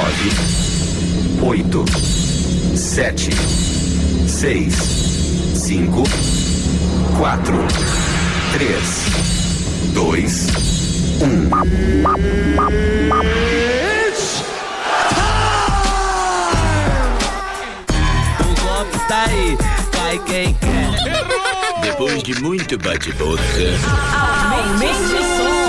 9, 8, 7, 6, 5, 4, 3, 2, 1. O golpe tá aí, cai quem quer. Depois de muito bate-boca, Aumente o som.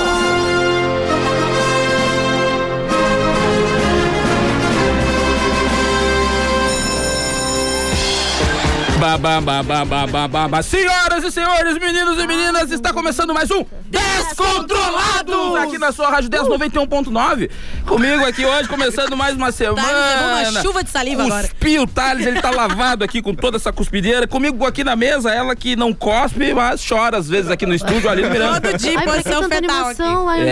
Senhoras e senhores, meninos e meninas, está começando mais um Descontrolados aqui na sua Rádio 1091.9. Comigo aqui hoje, começando mais uma semana. Uma chuva de saliva agora. Cuspi o Thales, ele tá lavado aqui com toda essa cuspideira. Comigo aqui na mesa, ela que não cospe, mas chora às vezes aqui no estúdio, ali no Miranda. Todo dia, posição fetal aqui.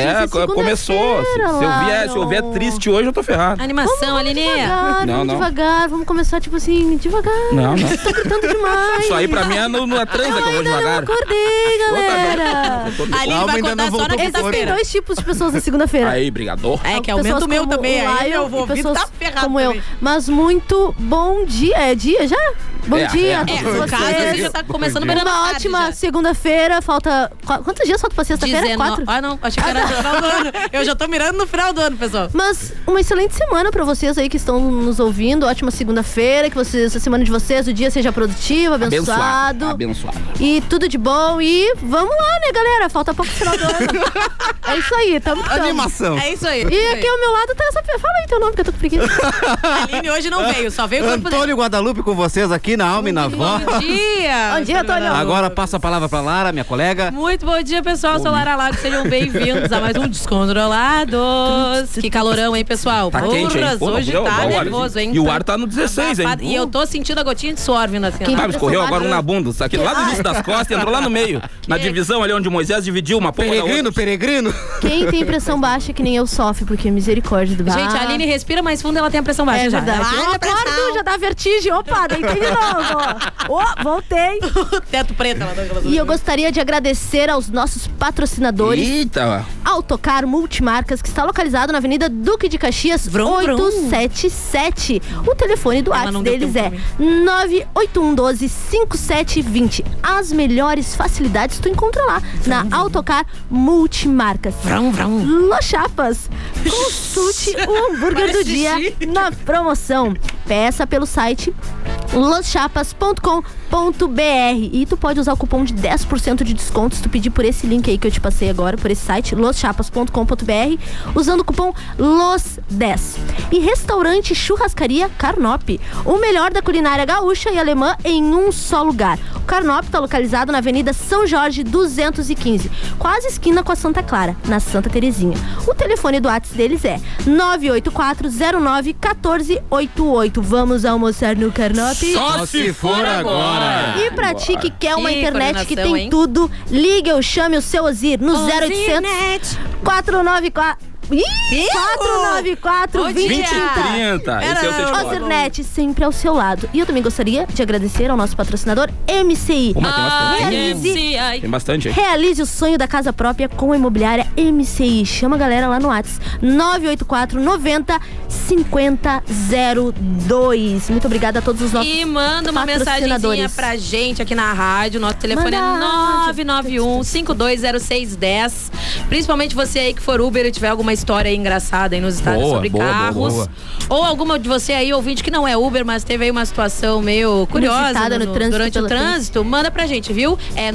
Começou. Se eu vier triste hoje, eu tô ferrado. Animação, Aline. Vamos devagar, vamos começar tipo assim, devagar. Não. Tô gritando demais. Isso aí pra mim é na transa que eu vou devagar. Não acordei, galera. A Aline vai acordar só na Tem quinta-feira. dois tipos de pessoas na segunda-feira. Aí, brigador. É, que aumenta o meu também. Aí eu vou ouvir, tá ferrado como eu. também. Mas muito bom dia. É dia já? Bom dia a todos no vocês. caso, a gente já tá começando beirando a Uma tarde ótima já. segunda-feira. Falta... Quantos dias falta pra sexta-feira? 4? Ah, não. Achei que era no final do ano. Eu já tô mirando no final do ano, pessoal. Mas uma excelente semana pra vocês aí que estão nos ouvindo. Ótima segunda-feira. Que a semana de vocês, o dia seja produtivo, abençoado. E tudo de bom. E vamos lá, né, galera? Falta pouco pro final do ano. É isso aí, tamo. Animação. É isso aí. E aqui ao meu lado tá essa... Fala aí teu nome, que eu tô com preguiça. A Aline hoje não veio, só veio o corpo dele. Antônio Guadalupe com vocês aqui na alma e na voz. Bom dia. Bom dia, Antônio. Agora passa a palavra pra Lara, minha colega. Muito bom dia, pessoal. Sou Lara Lago, sejam bem-vindos a mais um Descontrolados. Que calorão, hein, pessoal? Tá quente, hein? Pô, Hoje não, tá não, nervoso, hein? E o ar tá no 16, hein? E eu tô sentindo a gotinha de suor vindo assim. Ah, escorreu agora um na bunda. Aqui lá do início das costas, entrou lá no meio. Na divisão ali onde Moisés dividiu uma porra da outra. Peregrino. Quem tem pressão baixa que nem eu sofre, porque misericórdia do bar. Gente, a Aline respira mais fundo, ela tem a pressão baixa. É já. verdade. Eu acordo, já dá vertigem. Opa, deitei de novo. Voltei. Teto preto. E eu gostaria de agradecer aos nossos patrocinadores. Eita. Autocar Multimarcas, que está localizado na Avenida Duque de Caxias, 877. O telefone do WhatsApp deles é 981125720. As melhores facilidades tu encontra lá na Autocar Multimarcas. Los Chapas, consulte o hambúrguer do dia na promoção. Peça pelo site loschapas.com.br e tu pode usar o cupom de 10% de desconto se tu pedir por esse link aí que eu te passei agora, por esse site, loschapas.com.br, usando o cupom LOS10. E restaurante Churrascaria Carnop, o melhor da culinária gaúcha e alemã em um só lugar. O Carnop está localizado na Avenida São Jorge 215, quase esquina com a Santa Clara, na Santa Terezinha. O telefone do WhatsApp deles é 984091488. Vamos almoçar no Carnop? Só se for agora. E pra ti que quer uma internet que tem hein? tudo, liga ou chame o seu Ozir no 0800 494 494 2030. 2030. Esse é o seu de Ozirnet sempre ao seu lado. E eu também gostaria de agradecer ao nosso patrocinador MCI. Pô, mas tem bastante. Ai, Tem bastante aí. Realize o sonho da casa própria com a imobiliária MCI. Chama a galera lá no WhatsApp 984 90 5002. Muito obrigada a todos os nossos E manda uma mensagenzinha pra gente aqui na rádio. Nosso telefone é 991-520610. Principalmente você aí que for Uber e tiver alguma história aí engraçada aí nos Estados sobre carros. Boa. Ou alguma de você aí, ouvinte, que não é Uber, mas teve aí uma situação meio curiosa durante o trânsito, manda pra gente, viu? É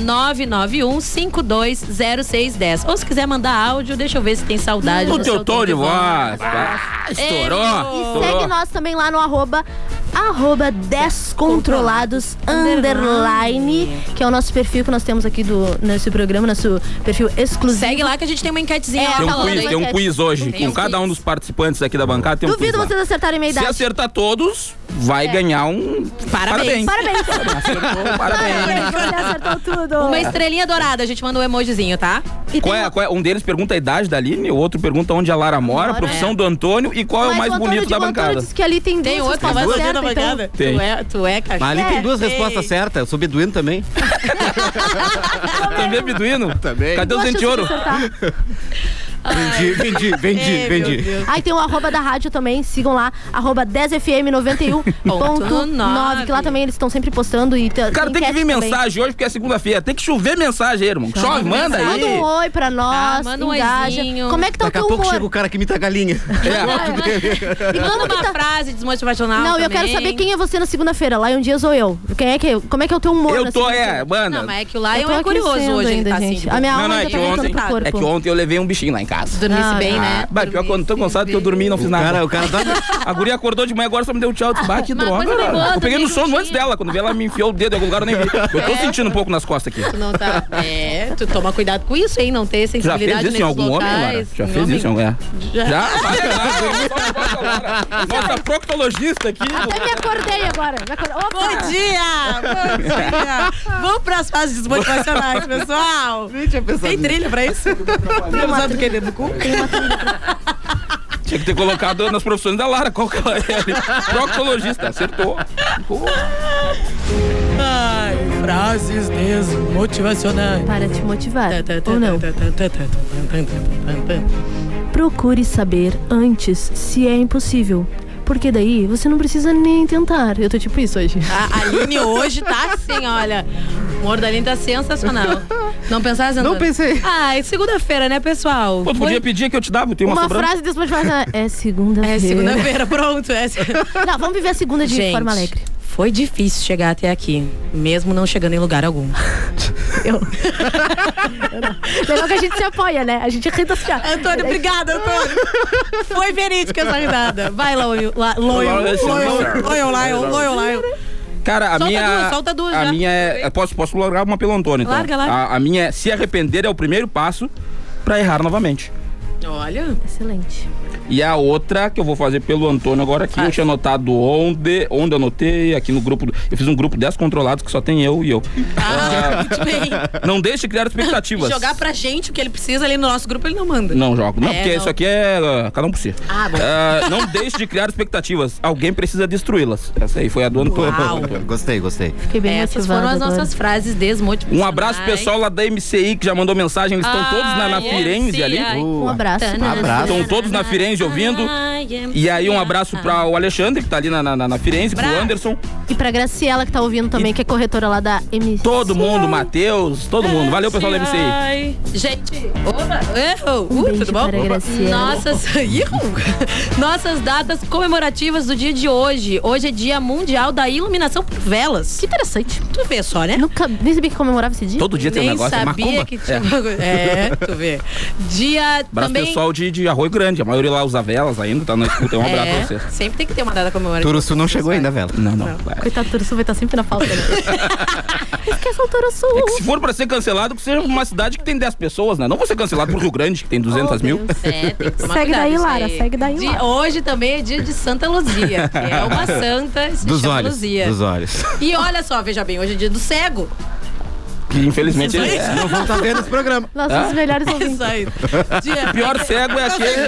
991-520610. Ou se quiser mandar áudio, deixa eu ver se tem saudade. O teu tom de voz. Estourou. E segue nós também lá no arroba Descontrolados _, que é o nosso perfil que nós temos aqui nesse programa, nosso perfil exclusivo. Segue lá que a gente tem uma enquetezinha lá falando aí. Tem um quiz hoje com cada um dos participantes aqui da bancada. Tem um Duvido quiz vocês acertarem meia idade. Se acertar todos, vai ganhar um... Parabéns. Parabéns. Você acertou tudo. Uma estrelinha dourada, a gente manda um emojizinho, tá? Qual é? Um deles pergunta a idade da Aline, o outro pergunta onde a Lara mora, a profissão do Antônio e qual é o mais bonito da bancada. Diz que ali tem duas outro mais bonito da bancada? Tem. Tu é cachorro. Mas ali tem duas respostas certas. Eu sou beduíno também. Também é beduíno? Também. Cadê os dentes de ouro? Vendi. Aí tem o arroba da rádio também, sigam lá, arroba 10fm91.9, que lá também eles estão sempre postando. E cara, tem que vir mensagem hoje, porque é segunda-feira. Tem que chover mensagem aí, irmão. Chove, manda aí. Manda um oi pra nós, manda um engaja. oizinho. Como é que tá Daqui o a teu pouco humor? chega o cara que imita a galinha. E como Manda que uma tá? frase desmotivacional. Não, eu quero saber quem é você na segunda-feira. Lion Dias ou eu? Como é que é o teu humor? Eu tô, mano. Não, mas é que o Lion é curioso hoje, ele tá assim. A minha Não, alma é ainda que tá voltando pro corpo. É que ontem eu levei um bichinho lá em casa. Dormisse bem, né? Bah, pior que eu tô cansado que eu dormi e não fiz nada. O cara tá... A guria acordou de manhã, agora só me deu tchau. Eu disse, bah, que Mas droga. coisa boa, Eu peguei no também sono antes dela. Quando ela me enfiou o dedo em algum lugar, eu nem vi. Eu tô sentindo um pouco nas costas aqui. Tu não tá. Tu toma cuidado com isso, hein? Não ter Já sensibilidade fez isso em algum homem, Lara? Já fez isso em algum homem? Já? Nossa proctologista aqui. Até me acordei agora. Opa! Bom dia! Vamos pras fases desmotivacionais, pessoal. Tem trilha pra isso? Não sabe do que dentro do cu? Tinha que ter colocado nas profissões da Lara. Qual que ela é? Proctologista. Acertou. Ai, frases desmotivacionais. Para te motivar, ou não? Procure saber antes se é impossível. Porque daí você não precisa nem tentar. Eu tô tipo isso hoje. A Aline hoje tá assim, olha. O humor da Aline tá sensacional. Não pensasse, Antônio? Não pensei. Ah, é segunda-feira, né, pessoal? Pô, tu podia pedir que eu te dava, eu tenho uma sobrando. frase desmotivacional. É segunda-feira. É segunda-feira, pronto. Não, vamos viver a segunda de forma alegre. Foi difícil chegar até aqui, mesmo não chegando em lugar algum. Legal que a gente se apoia, né? A gente ri das piadas. Antônio, obrigada, Antônio. Foi verídica essa risada. Vai, Lion. Cara, solta duas já. A minha é... Posso largar uma pelo Antônio, então. Larga. A minha é: se arrepender é o primeiro passo pra errar novamente. Olha. Excelente. E a outra que eu vou fazer pelo Antônio agora aqui, eu tinha anotado onde eu anotei aqui no grupo, eu fiz um grupo descontrolados que só tem eu e eu. Muito bem. Não deixe de criar expectativas. Jogar pra gente o que ele precisa ali no nosso grupo, ele não manda. Não jogo, não, porque isso aqui é cada um por si. Bom. Não deixe de criar expectativas, alguém precisa destruí-las. Essa aí foi a do Antônio. Gostei. Fiquei bem Essas foram as nossas frases desmotivacionais. Um abraço pessoal lá da MCI que já mandou mensagem, eles estão todos na Firenze ali. Um abraço. Estão todos na Firenze ouvindo. E aí um abraço para o Alexandre, que tá ali na Firenze, pro Anderson. E pra Graciela, que tá ouvindo também, que é corretora lá da MCI. Todo mundo, Matheus, todo mundo. Valeu, pessoal da MCI. Gente, tudo bom? Nossas datas comemorativas do dia de hoje. Hoje é Dia Mundial da Iluminação por Velas. Que interessante. Tu vê só, né? Nem sabia que comemorava esse dia. Todo dia tem um negócio, é macumba. Que tinha tu vê. Dia abraço também... pessoal de Arroio Grande, a maioria lá usa velas ainda, tá na escuta, um abraço pra vocês. Sempre tem que ter uma data comemorativa. Turuçu não chegou ainda, vela. Não. Coitado, Turuçu vai estar sempre na falta, né? Esqueça o Turuçu. É que se for pra ser cancelado, que seja uma cidade que tem 10 pessoas, né? Não vou ser cancelado pro Rio Grande, que tem 200 mil. Tem que tomar Segue cuidado, daí, isso Lara, aí. segue daí, Lara. Hoje também é dia de Santa Luzia, que é uma santa, se chama Luzia. Dos olhos. E olha só, veja bem, hoje é dia do cego. Que infelizmente Não vão estar vendo esse programa. Nossos melhores ouvintes. Isso aí. O pior cego é aquele.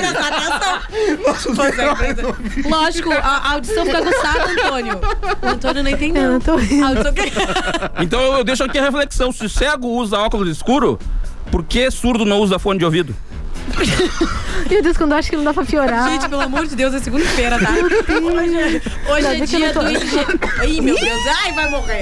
Lógico, a audição fica aguçada, Antônio. O Antônio não entendeu. Eu não tô rindo. Então eu deixo aqui a reflexão: se o cego usa óculos escuro, por que surdo não usa fone de ouvido? Meu Deus, quando eu acho que não dá pra piorar. Gente, pelo amor de Deus, é segunda-feira, tá? Hoje é dia do engenheiro. Ih, meu Deus, ai, vai morrer.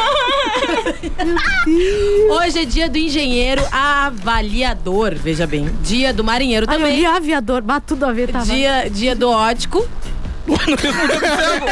Hoje é dia do engenheiro avaliador, veja bem. Dia do marinheiro também. Eu li aviador, tudo a ver, tá? Dia do ótico. No mesmo dia do cego.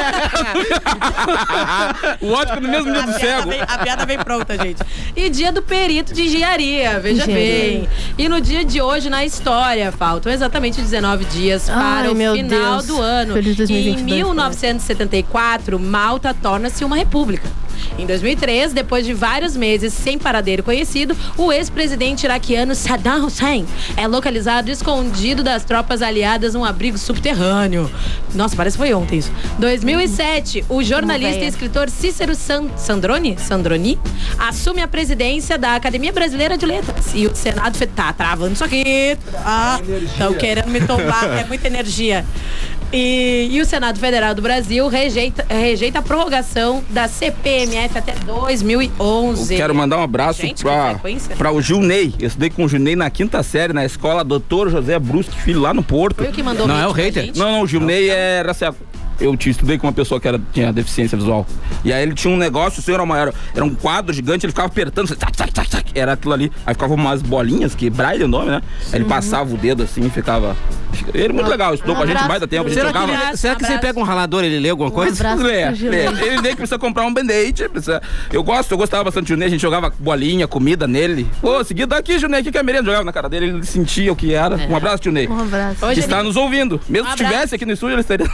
O ótico no mesmo dia do cego. A piada vem pronta, gente. E dia do perito de engenharia, veja bem. E no dia de hoje, na história, faltam exatamente 19 dias para o final do ano. Feliz 2022, em 1974, Malta torna-se uma república. Em 2003, depois de vários meses sem paradeiro conhecido, o ex-presidente iraquiano Saddam Hussein é localizado escondido das tropas aliadas num abrigo subterrâneo. Nossa, parece que foi ontem isso. 2007, o jornalista e escritor Cícero Sandroni assume a presidência da Academia Brasileira de Letras. E o Senado tá travando isso aqui. Estão querendo me tombar. É muita energia. E o Senado Federal do Brasil rejeita a prorrogação da CPMF até 2011. Eu quero mandar um abraço pra o Gilney. Eu estudei com o Gilney na 5ª série, na escola Dr. José Brusque Filho, lá no Porto. Foi o que mandou. Não é o hater? Não, o Gilney era cego. Eu estudei com uma pessoa que tinha deficiência visual. E aí ele tinha um negócio, o senhor era um quadro gigante, ele ficava apertando, era aquilo ali. Aí ficavam umas bolinhas, que Braille é o nome, né? Aí ele passava o dedo assim e ficava... Ele é muito legal, estudou com a gente mais da tempo, a gente jogava... Será que você pega um ralador, ele lê alguma coisa? Ele nem que precisa comprar um band-aid. Eu gostava bastante do Junei, a gente jogava bolinha, comida nele. Pô, seguido daqui, Junei, que é merenda? Jogava na cara dele, ele sentia o que era. Um abraço, Junei. Um abraço. Que está nos ouvindo. Mesmo se estivesse aqui no estúdio, ele estaria...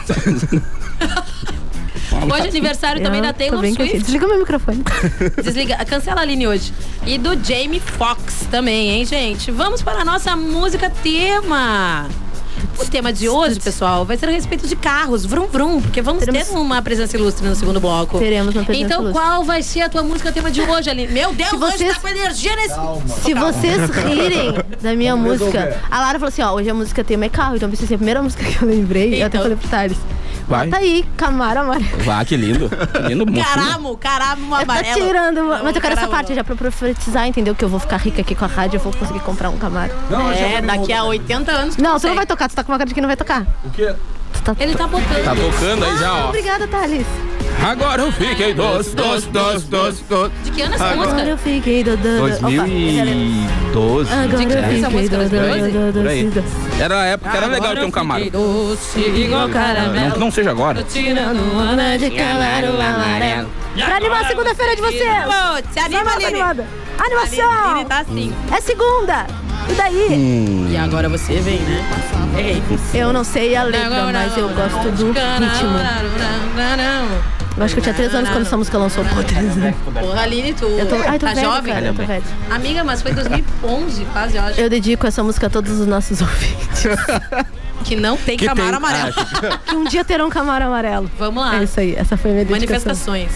Hoje é aniversário também da Taylor Swift. Desliga meu microfone. Cancela a Aline hoje. E do Jamie Foxx também, hein, gente? Vamos para a nossa música tema. O tema de hoje, pessoal, vai ser a respeito de carros, vrum vrum, porque vamos ter uma presença ilustre no segundo bloco. Teremos uma presença Então, ilustre. qual vai ser a tua música tema de hoje, Aline? Meu Deus, hoje tá com energia nesse... Se vocês rirem da minha música... A Lara falou assim, ó, hoje a música tema é carro, então precisa ser a primeira música que eu lembrei, eu até Então. falei pro Thales. Vai. Bota aí, Camaro Amarelo. Vá, que lindo. Que lindo, moço. Caramo, Tá amarelo. tirando, mas eu quero essa caramba. parte já pra profetizar, entendeu? Que eu vou ficar rica aqui com a rádio, eu vou conseguir comprar um Camaro. Daqui a 80 anos. Não, você não vai tocar, tu tá com uma cara de que não vai tocar. O quê? Ele tá botando. Tá tocando aí já, ó. Obrigada, Thales. Agora eu fiquei doce. De que ano é essa Agora música? eu fiquei dodando. 2012. Agora eu essa música fiquei era por aí. dodando. Era a época que era legal ter um Camaro. Doce, igual caramelo. Não que não seja agora. Tirando onda de Camaro amarelo. Pra animar a segunda-feira de vocês. Se anima, Aline. Animada. Aline Animação. tá assim. É segunda. E daí? E agora você vem, né? Errei. Eu não sei a letra, mas eu gosto do ritmo. Eu acho que eu tinha 3 anos quando essa música lançou. Pô, 3 anos. Porra, Aline, tu Eu tô, ai, tô tá velha, jovem? cara, eu tô velha. Amiga, mas foi 2011, quase, eu acho. Eu dedico essa música a todos os nossos ouvintes. Que não tem Camaro amarelo. Que um dia terão um Camaro amarelo. Vamos lá. É isso aí, essa foi a minha dedicação. Manifestações.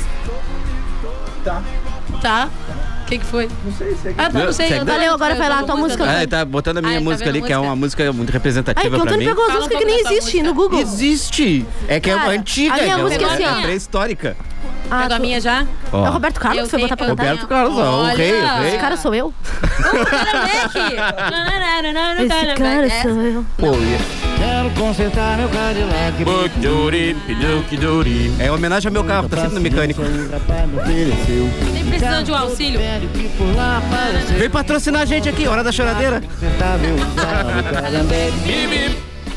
Tá. O que foi? Não sei. Não sei. Segue. Valeu, agora vai lá, a tua música. Ah, ele tá botando a minha Tá música vendo ali, que é música? uma música muito Ai, representativa que o pra Antônio mim. pegou as Fala músicas um que nem pouco da tua existe no Google. Existe! É que é Cara, antiga, a minha música é assim, ó. é pré-histórica. Pegou a minha já? Ó. É o Roberto Carlos que foi botar pra cantar? Roberto Carlos, ó, o Olha. rei. Esse cara sou eu? Esse Esse cara sou eu. Pô, Quero consertar meu Cadillac. é homenagem ao meu carro, tá sempre no mecânico. Nem precisando de um auxílio. Vem patrocinar a gente aqui, hora da choradeira. Consertar meu carro, Calhambeque.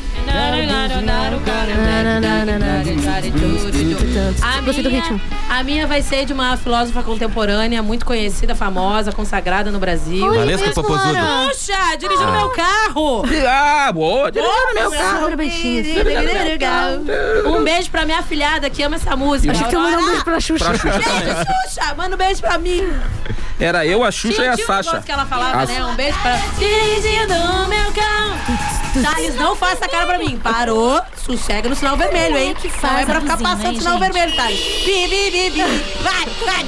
Gostei do ritmo. A minha vai ser de uma filósofa contemporânea, muito conhecida, famosa, consagrada no Brasil. Valesca Popozuda. Puxa, dirigindo meu carro. Ah, boa. Dirigindo meu carro. Sobre beijinhos. Um beijo pra minha afilhada que ama essa música. Achei que eu mandar um beijo Aurora. pra Xuxa. Pra Xuxa também. Beijo, Xuxa. Manda um beijo pra mim. Era eu, a Xuxa e a Tinha um Sasha. negócio que ela falava, As- né? Um beijo pra... Dirigindo meu carro. Thales, não faça essa cara pra mim. Parou, sossega no sinal vermelho, hein? Não é pra ficar passando sinal vermelho, Thales. Bi, bi, bi, bi. Vai, vai.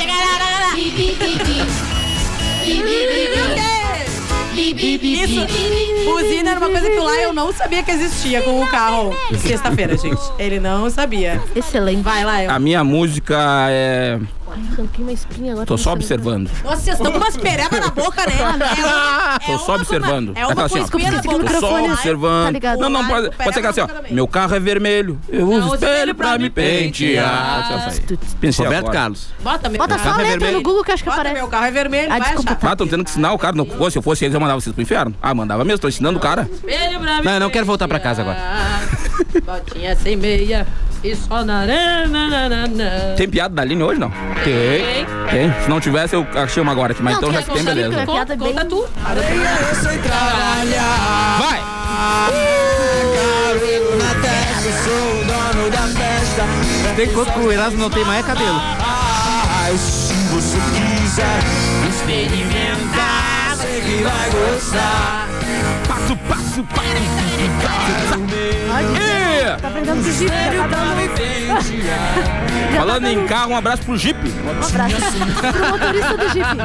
Isso, buzina era uma coisa que lá eu não sabia que existia com o carro. Sexta-feira, gente. Ele não sabia. Excelente. Vai lá, eu. A minha música é... Arranquei uma espinha agora. Tô só observando. Nossa, vocês estão com umas perebas na boca, né? Tô só observando. É uma Aquela assim, ó. com espinha na Tô boca. Tô só microfone, observando. tá ligado? Não, não, pode ser que assim, ó. Meu carro é vermelho. Eu uso espelho pra me pentear. Pensei Roberto agora. Carlos. Bota meu Bota só a Carro é letra vermelho. no Google que eu acho que Bota aparece. meu carro é vermelho, Ah, vai desculpa, achar. tá. Ah, tão tendo que ensinar o cara. Não, pô, se eu fosse eles, eu mandava vocês pro inferno. Ah, mandava mesmo, tô ensinando o cara. Espelho pra me Não, eu não quero voltar pra casa agora. pentear. Botinha sem meia e só na arena. Tem piada da Aline hoje, não? Tem. Se não tivesse, eu achei uma agora aqui. Mas Não, então tu já quer que tem, contar beleza. que piada Conta bem- tu. Vai! Tem quanto que o Erasmo não tem mais é cabelo. Passo. Tá aprendendo com o Jeep, tá dando Falando em carro, um abraço pro Jeep. um abraço pro motorista do Jeep.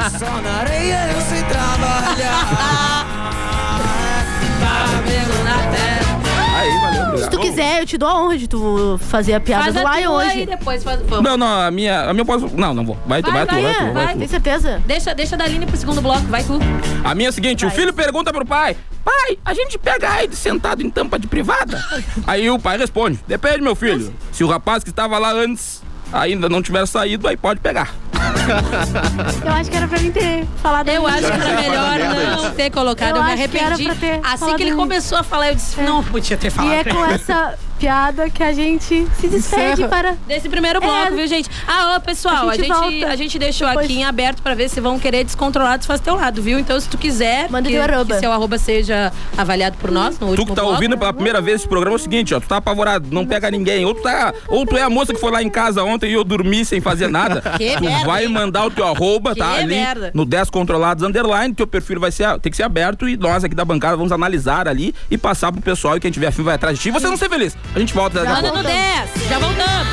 Aí, valeu, Se tu obrigado. quiser, eu te dou a honra de tu fazer a piada Faz do a Lion tua hoje. e depois faz... Vamos. Não, a minha eu posso... Não vou. Vai tu. Tem certeza? Deixa da Aline pro segundo bloco, vai tu. A minha é a seguinte, o filho pergunta pro pai: pai, a gente pega AIDS sentado em tampa de privada? Aí o pai responde: depende, meu filho. Se o rapaz que estava lá antes ainda não tiver saído, aí pode pegar. Eu acho que era pra mim ter falado. Eu acho que era melhor não ter colocado. Eu me acho que era arrependi. pra ter Assim falado que ele isso. começou a falar, eu disse, não podia ter falado. E é com essa piada que a gente se despede para... Desse primeiro bloco, viu, gente? Ah, pessoal, A a gente deixou depois. aqui em aberto pra ver se vão querer descontrolados faz teu lado, viu? Então, se tu quiser Manda que teu arroba. que seu arroba seja avaliado por nós no último Tu que tá bloco. ouvindo pela primeira vez esse programa é o seguinte, ó, tu tá apavorado, não pega ninguém, ou tu é a moça que foi lá em casa ontem e eu dormi sem fazer nada. Que Tu merda, vai hein? mandar o teu arroba, tá? Que Ali merda. no 10 controlados underline, teu perfil tem que ser aberto e nós aqui da bancada vamos analisar ali e passar pro pessoal e quem tiver afim vai atrás de ti. Você não ser feliz. A gente volta daqui a Manda pouco. no 10, já voltamos.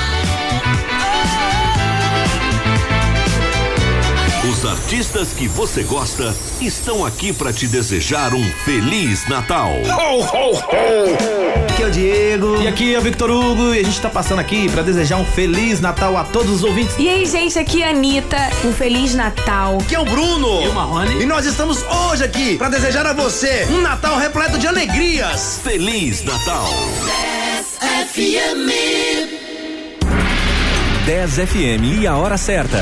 Os artistas que você gosta estão aqui para te desejar um Feliz Natal. Aqui é o Diego. E aqui é o Victor Hugo. E a gente tá passando aqui pra desejar um Feliz Natal a todos os ouvintes. E aí, gente, aqui é a Anitta. Um Feliz Natal. Aqui é o Bruno. E o Marrone. E nós estamos hoje aqui pra desejar a você um Natal repleto de alegrias. Feliz Natal. 10 FM e a hora certa.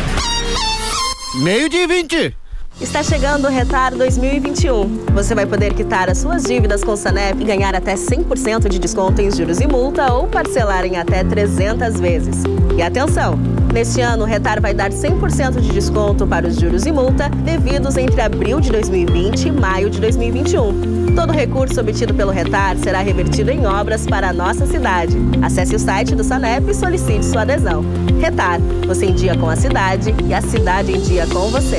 12:20. Está chegando o Retar 2021. Você vai poder quitar as suas dívidas com o Sanep e ganhar até 100% de desconto em juros e multa ou parcelar em até 300 vezes. E atenção! Neste ano, o Retar vai dar 100% de desconto para os juros e multa devidos entre abril de 2020 e maio de 2021. Todo recurso obtido pelo Retar será revertido em obras para a nossa cidade. Acesse o site do Sanep e solicite sua adesão. Retar, você em dia com a cidade e a cidade em dia com você.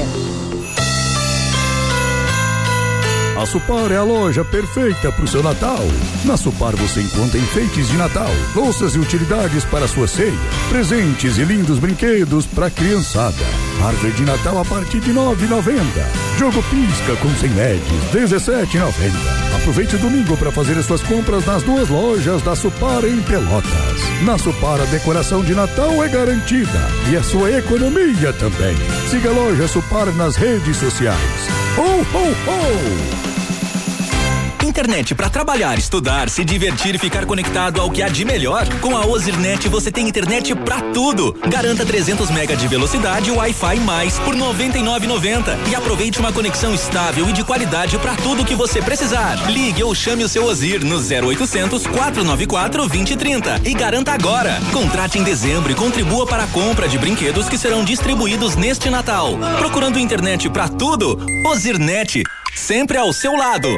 A Supar é a loja perfeita para o seu Natal. Na Supar você encontra enfeites de Natal, louças e utilidades para a sua ceia, presentes e lindos brinquedos para a criançada. Árvore de Natal a partir de R$ 9,90. Jogo pisca com 100 LEDs, R$ 17,90. Aproveite o domingo para fazer as suas compras nas duas lojas da Supar em Pelotas. Na Supar a decoração de Natal é garantida e a sua economia também. Siga a loja Supar nas redes sociais. Ho, ho, ho! Internet para trabalhar, estudar, se divertir e ficar conectado ao que há de melhor. Com a Ozirnet você tem internet pra tudo. Garanta 300 MB de velocidade e Wi-Fi mais por R$ 99,90 e aproveite uma conexão estável e de qualidade para tudo que você precisar. Ligue ou chame o seu Ozir no 0800 494 2030 e garanta agora. Contrate em dezembro e contribua para a compra de brinquedos que serão distribuídos neste Natal. Procurando internet pra tudo? Ozirnet, sempre ao seu lado.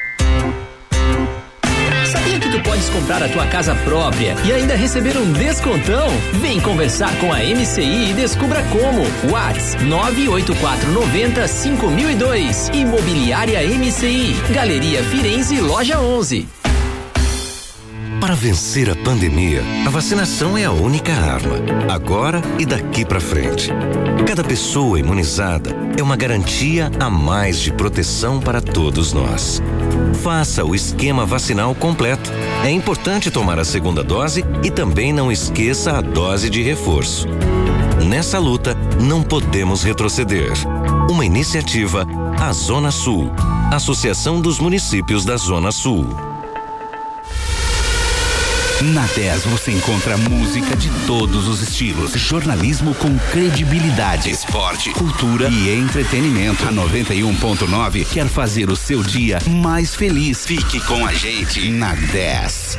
Sabia que tu podes comprar a tua casa própria e ainda receber um descontão? Vem conversar com a MCI e descubra como. Whats 984905002. Imobiliária MCI. Galeria Firenze, Loja 11. Para vencer a pandemia, a vacinação é a única arma, agora e daqui para frente. Cada pessoa imunizada é uma garantia a mais de proteção para todos nós. Faça o esquema vacinal completo. É importante tomar a segunda dose e também não esqueça a dose de reforço. Nessa luta, não podemos retroceder. Uma iniciativa, a Zona Sul, Associação dos Municípios da Zona Sul. Na 10 você encontra música de todos os estilos, jornalismo com credibilidade, esporte, cultura e entretenimento. A 91.9 quer fazer o seu dia mais feliz. Fique com a gente na 10.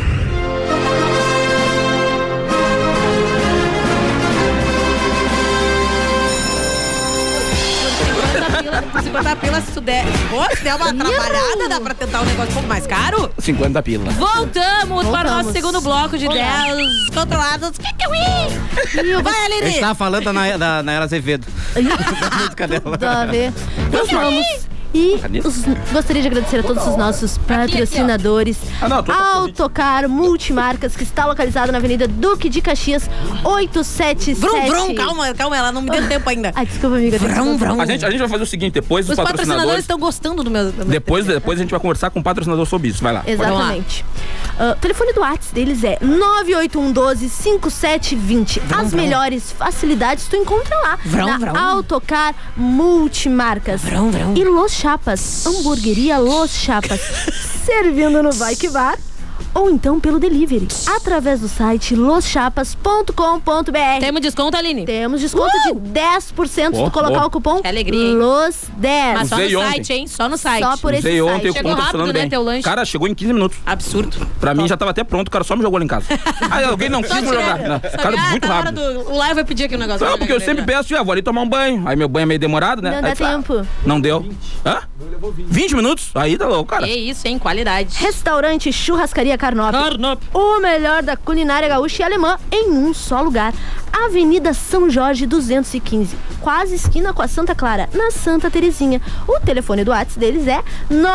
Por 50 pila, se tu der. Pô, se der uma trabalhada, dá pra tentar um negócio um pouco mais caro? 50 pila. Voltamos para o nosso segundo bloco de 10 controlados. Vai, Aline! A gente tava falando da Nayara Azevedo. Da música dela. Tudo a ver. Nós vamos E gostaria de agradecer a todos os nossos patrocinadores. Autocar Multimarcas, que está localizado na Avenida Duque de Caxias, 877. Vrum, calma, ela não me deu tempo ainda. Ai, desculpa, amiga. A gente vai fazer o seguinte, depois dos patrocinadores estão gostando do meu... Depois a gente vai conversar com o patrocinador sobre isso, vai lá. Exatamente. O telefone do WhatsApp deles é 981125720. As melhores facilidades tu encontra lá na Autocar Multimarcas. E Los Chapas, hamburgueria Los Chapas, servindo no Vai Que Bar ou então pelo delivery, através do site loschapas.com.br. Temos desconto, Aline? Temos desconto de 10% se tu colocar o cupom LOS10. Mas só no site, hein? Só no site. Só por esse site. Chegou rápido, né, teu lanche? Cara, chegou em 15 minutos. Absurdo. Pra mim já tava até pronto, o cara só me jogou lá em casa. Aí alguém não quis me jogar. Cara, muito rápido. O Live vai pedir aqui um negócio. Não, porque eu sempre peço, vou ali tomar um banho. Aí meu banho é meio demorado, né? Não dá tempo. Não deu. Hã? 20 minutos? Aí tá louco, cara. Que isso, hein? Qualidade. Restaurante Churrascaria Carnop. O melhor da culinária gaúcha e alemã em um só lugar. Avenida São Jorge 215, quase esquina com a Santa Clara, na Santa Terezinha. O telefone do WhatsApp deles é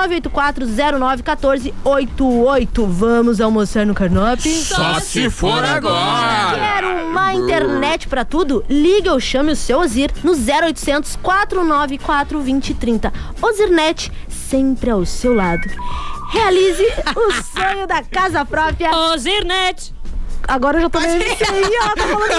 984091488. Vamos almoçar no Carnop? Só se for agora! Quer uma internet pra tudo? Liga ou chame o seu Ozir no 0800 494 2030. Ozirnet, sempre ao seu lado. Realize o sonho da casa própria. Ozirnet. Agora eu já tô meio MCI, ela tá falando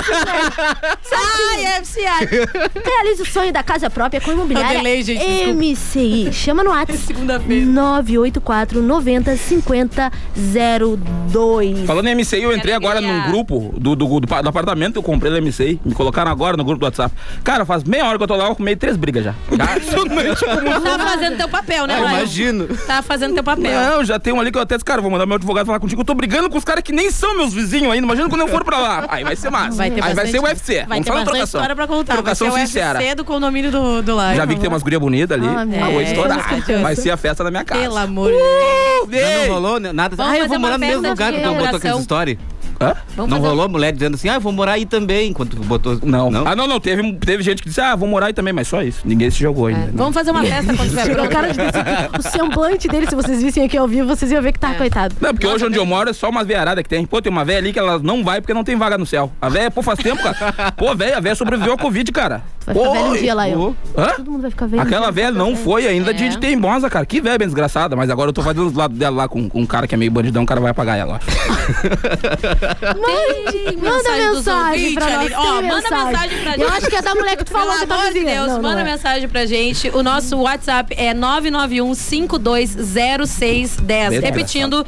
FCI. Realize o sonho da casa própria com imobiliária MCI. Chama no WhatsApp. Segunda-feira. 984 90 50 02. Falando em MCI, eu entrei agora num grupo do apartamento que eu comprei da MCI. Me colocaram agora no grupo do WhatsApp. Cara, faz meia hora que eu tô lá, eu arrumei 3 brigas já. Tá fazendo teu papel, né, Laio? Imagino. Tá fazendo teu papel. Não, já tem um ali que eu até disse, cara, vou mandar meu advogado falar contigo. Eu tô brigando com os caras que nem são meus vizinhos ainda. Imagina quando eu for pra lá. Aí vai ser massa. Aí vai ser o UFC. Vai ter bastante história pra contar. Trocação vai ser sincera. o UFC do condomínio do Laio. Já vi que tem umas gurias bonitas ali. Vou estourar. Vai ser a festa da minha casa. Pelo amor de Deus. Não rolou nada. Eu vou morar no mesmo lugar que tu botou aquela história. Hã? Não rolou a mulher dizendo assim, eu vou morar aí também, enquanto tu botou... Não. Não. Teve gente que disse, vou morar aí também, mas só isso. Ninguém se jogou ainda. Vamos fazer uma festa quando tiver pronto. O semblante dele, se vocês vissem aqui ao vivo, vocês iam ver que tá coitado. Não, porque hoje onde eu moro é só umas veiaradas que tem. Pô, tem uma véia ali que ela não vai porque não tem vaga no céu. A véia, faz tempo, cara. Pô, a véia sobreviveu ao Covid, cara. Tu vai ficar velho um dia lá, eu. Hã? Todo mundo vai ficar velho. Aquela véia não foi ainda de teimosa, cara. Que véia bem desgraçada. Mas agora eu tô fazendo do lado dela lá com um cara que é meio bandidão, o cara vai apagar ela, ó. Manda mensagem pra nós. Manda mensagem pra gente. Eu acho que é da mulher que tu falou que tá vizinha. Deus, manda mensagem pra gente. O nosso WhatsApp é 991-520610. Repetindo,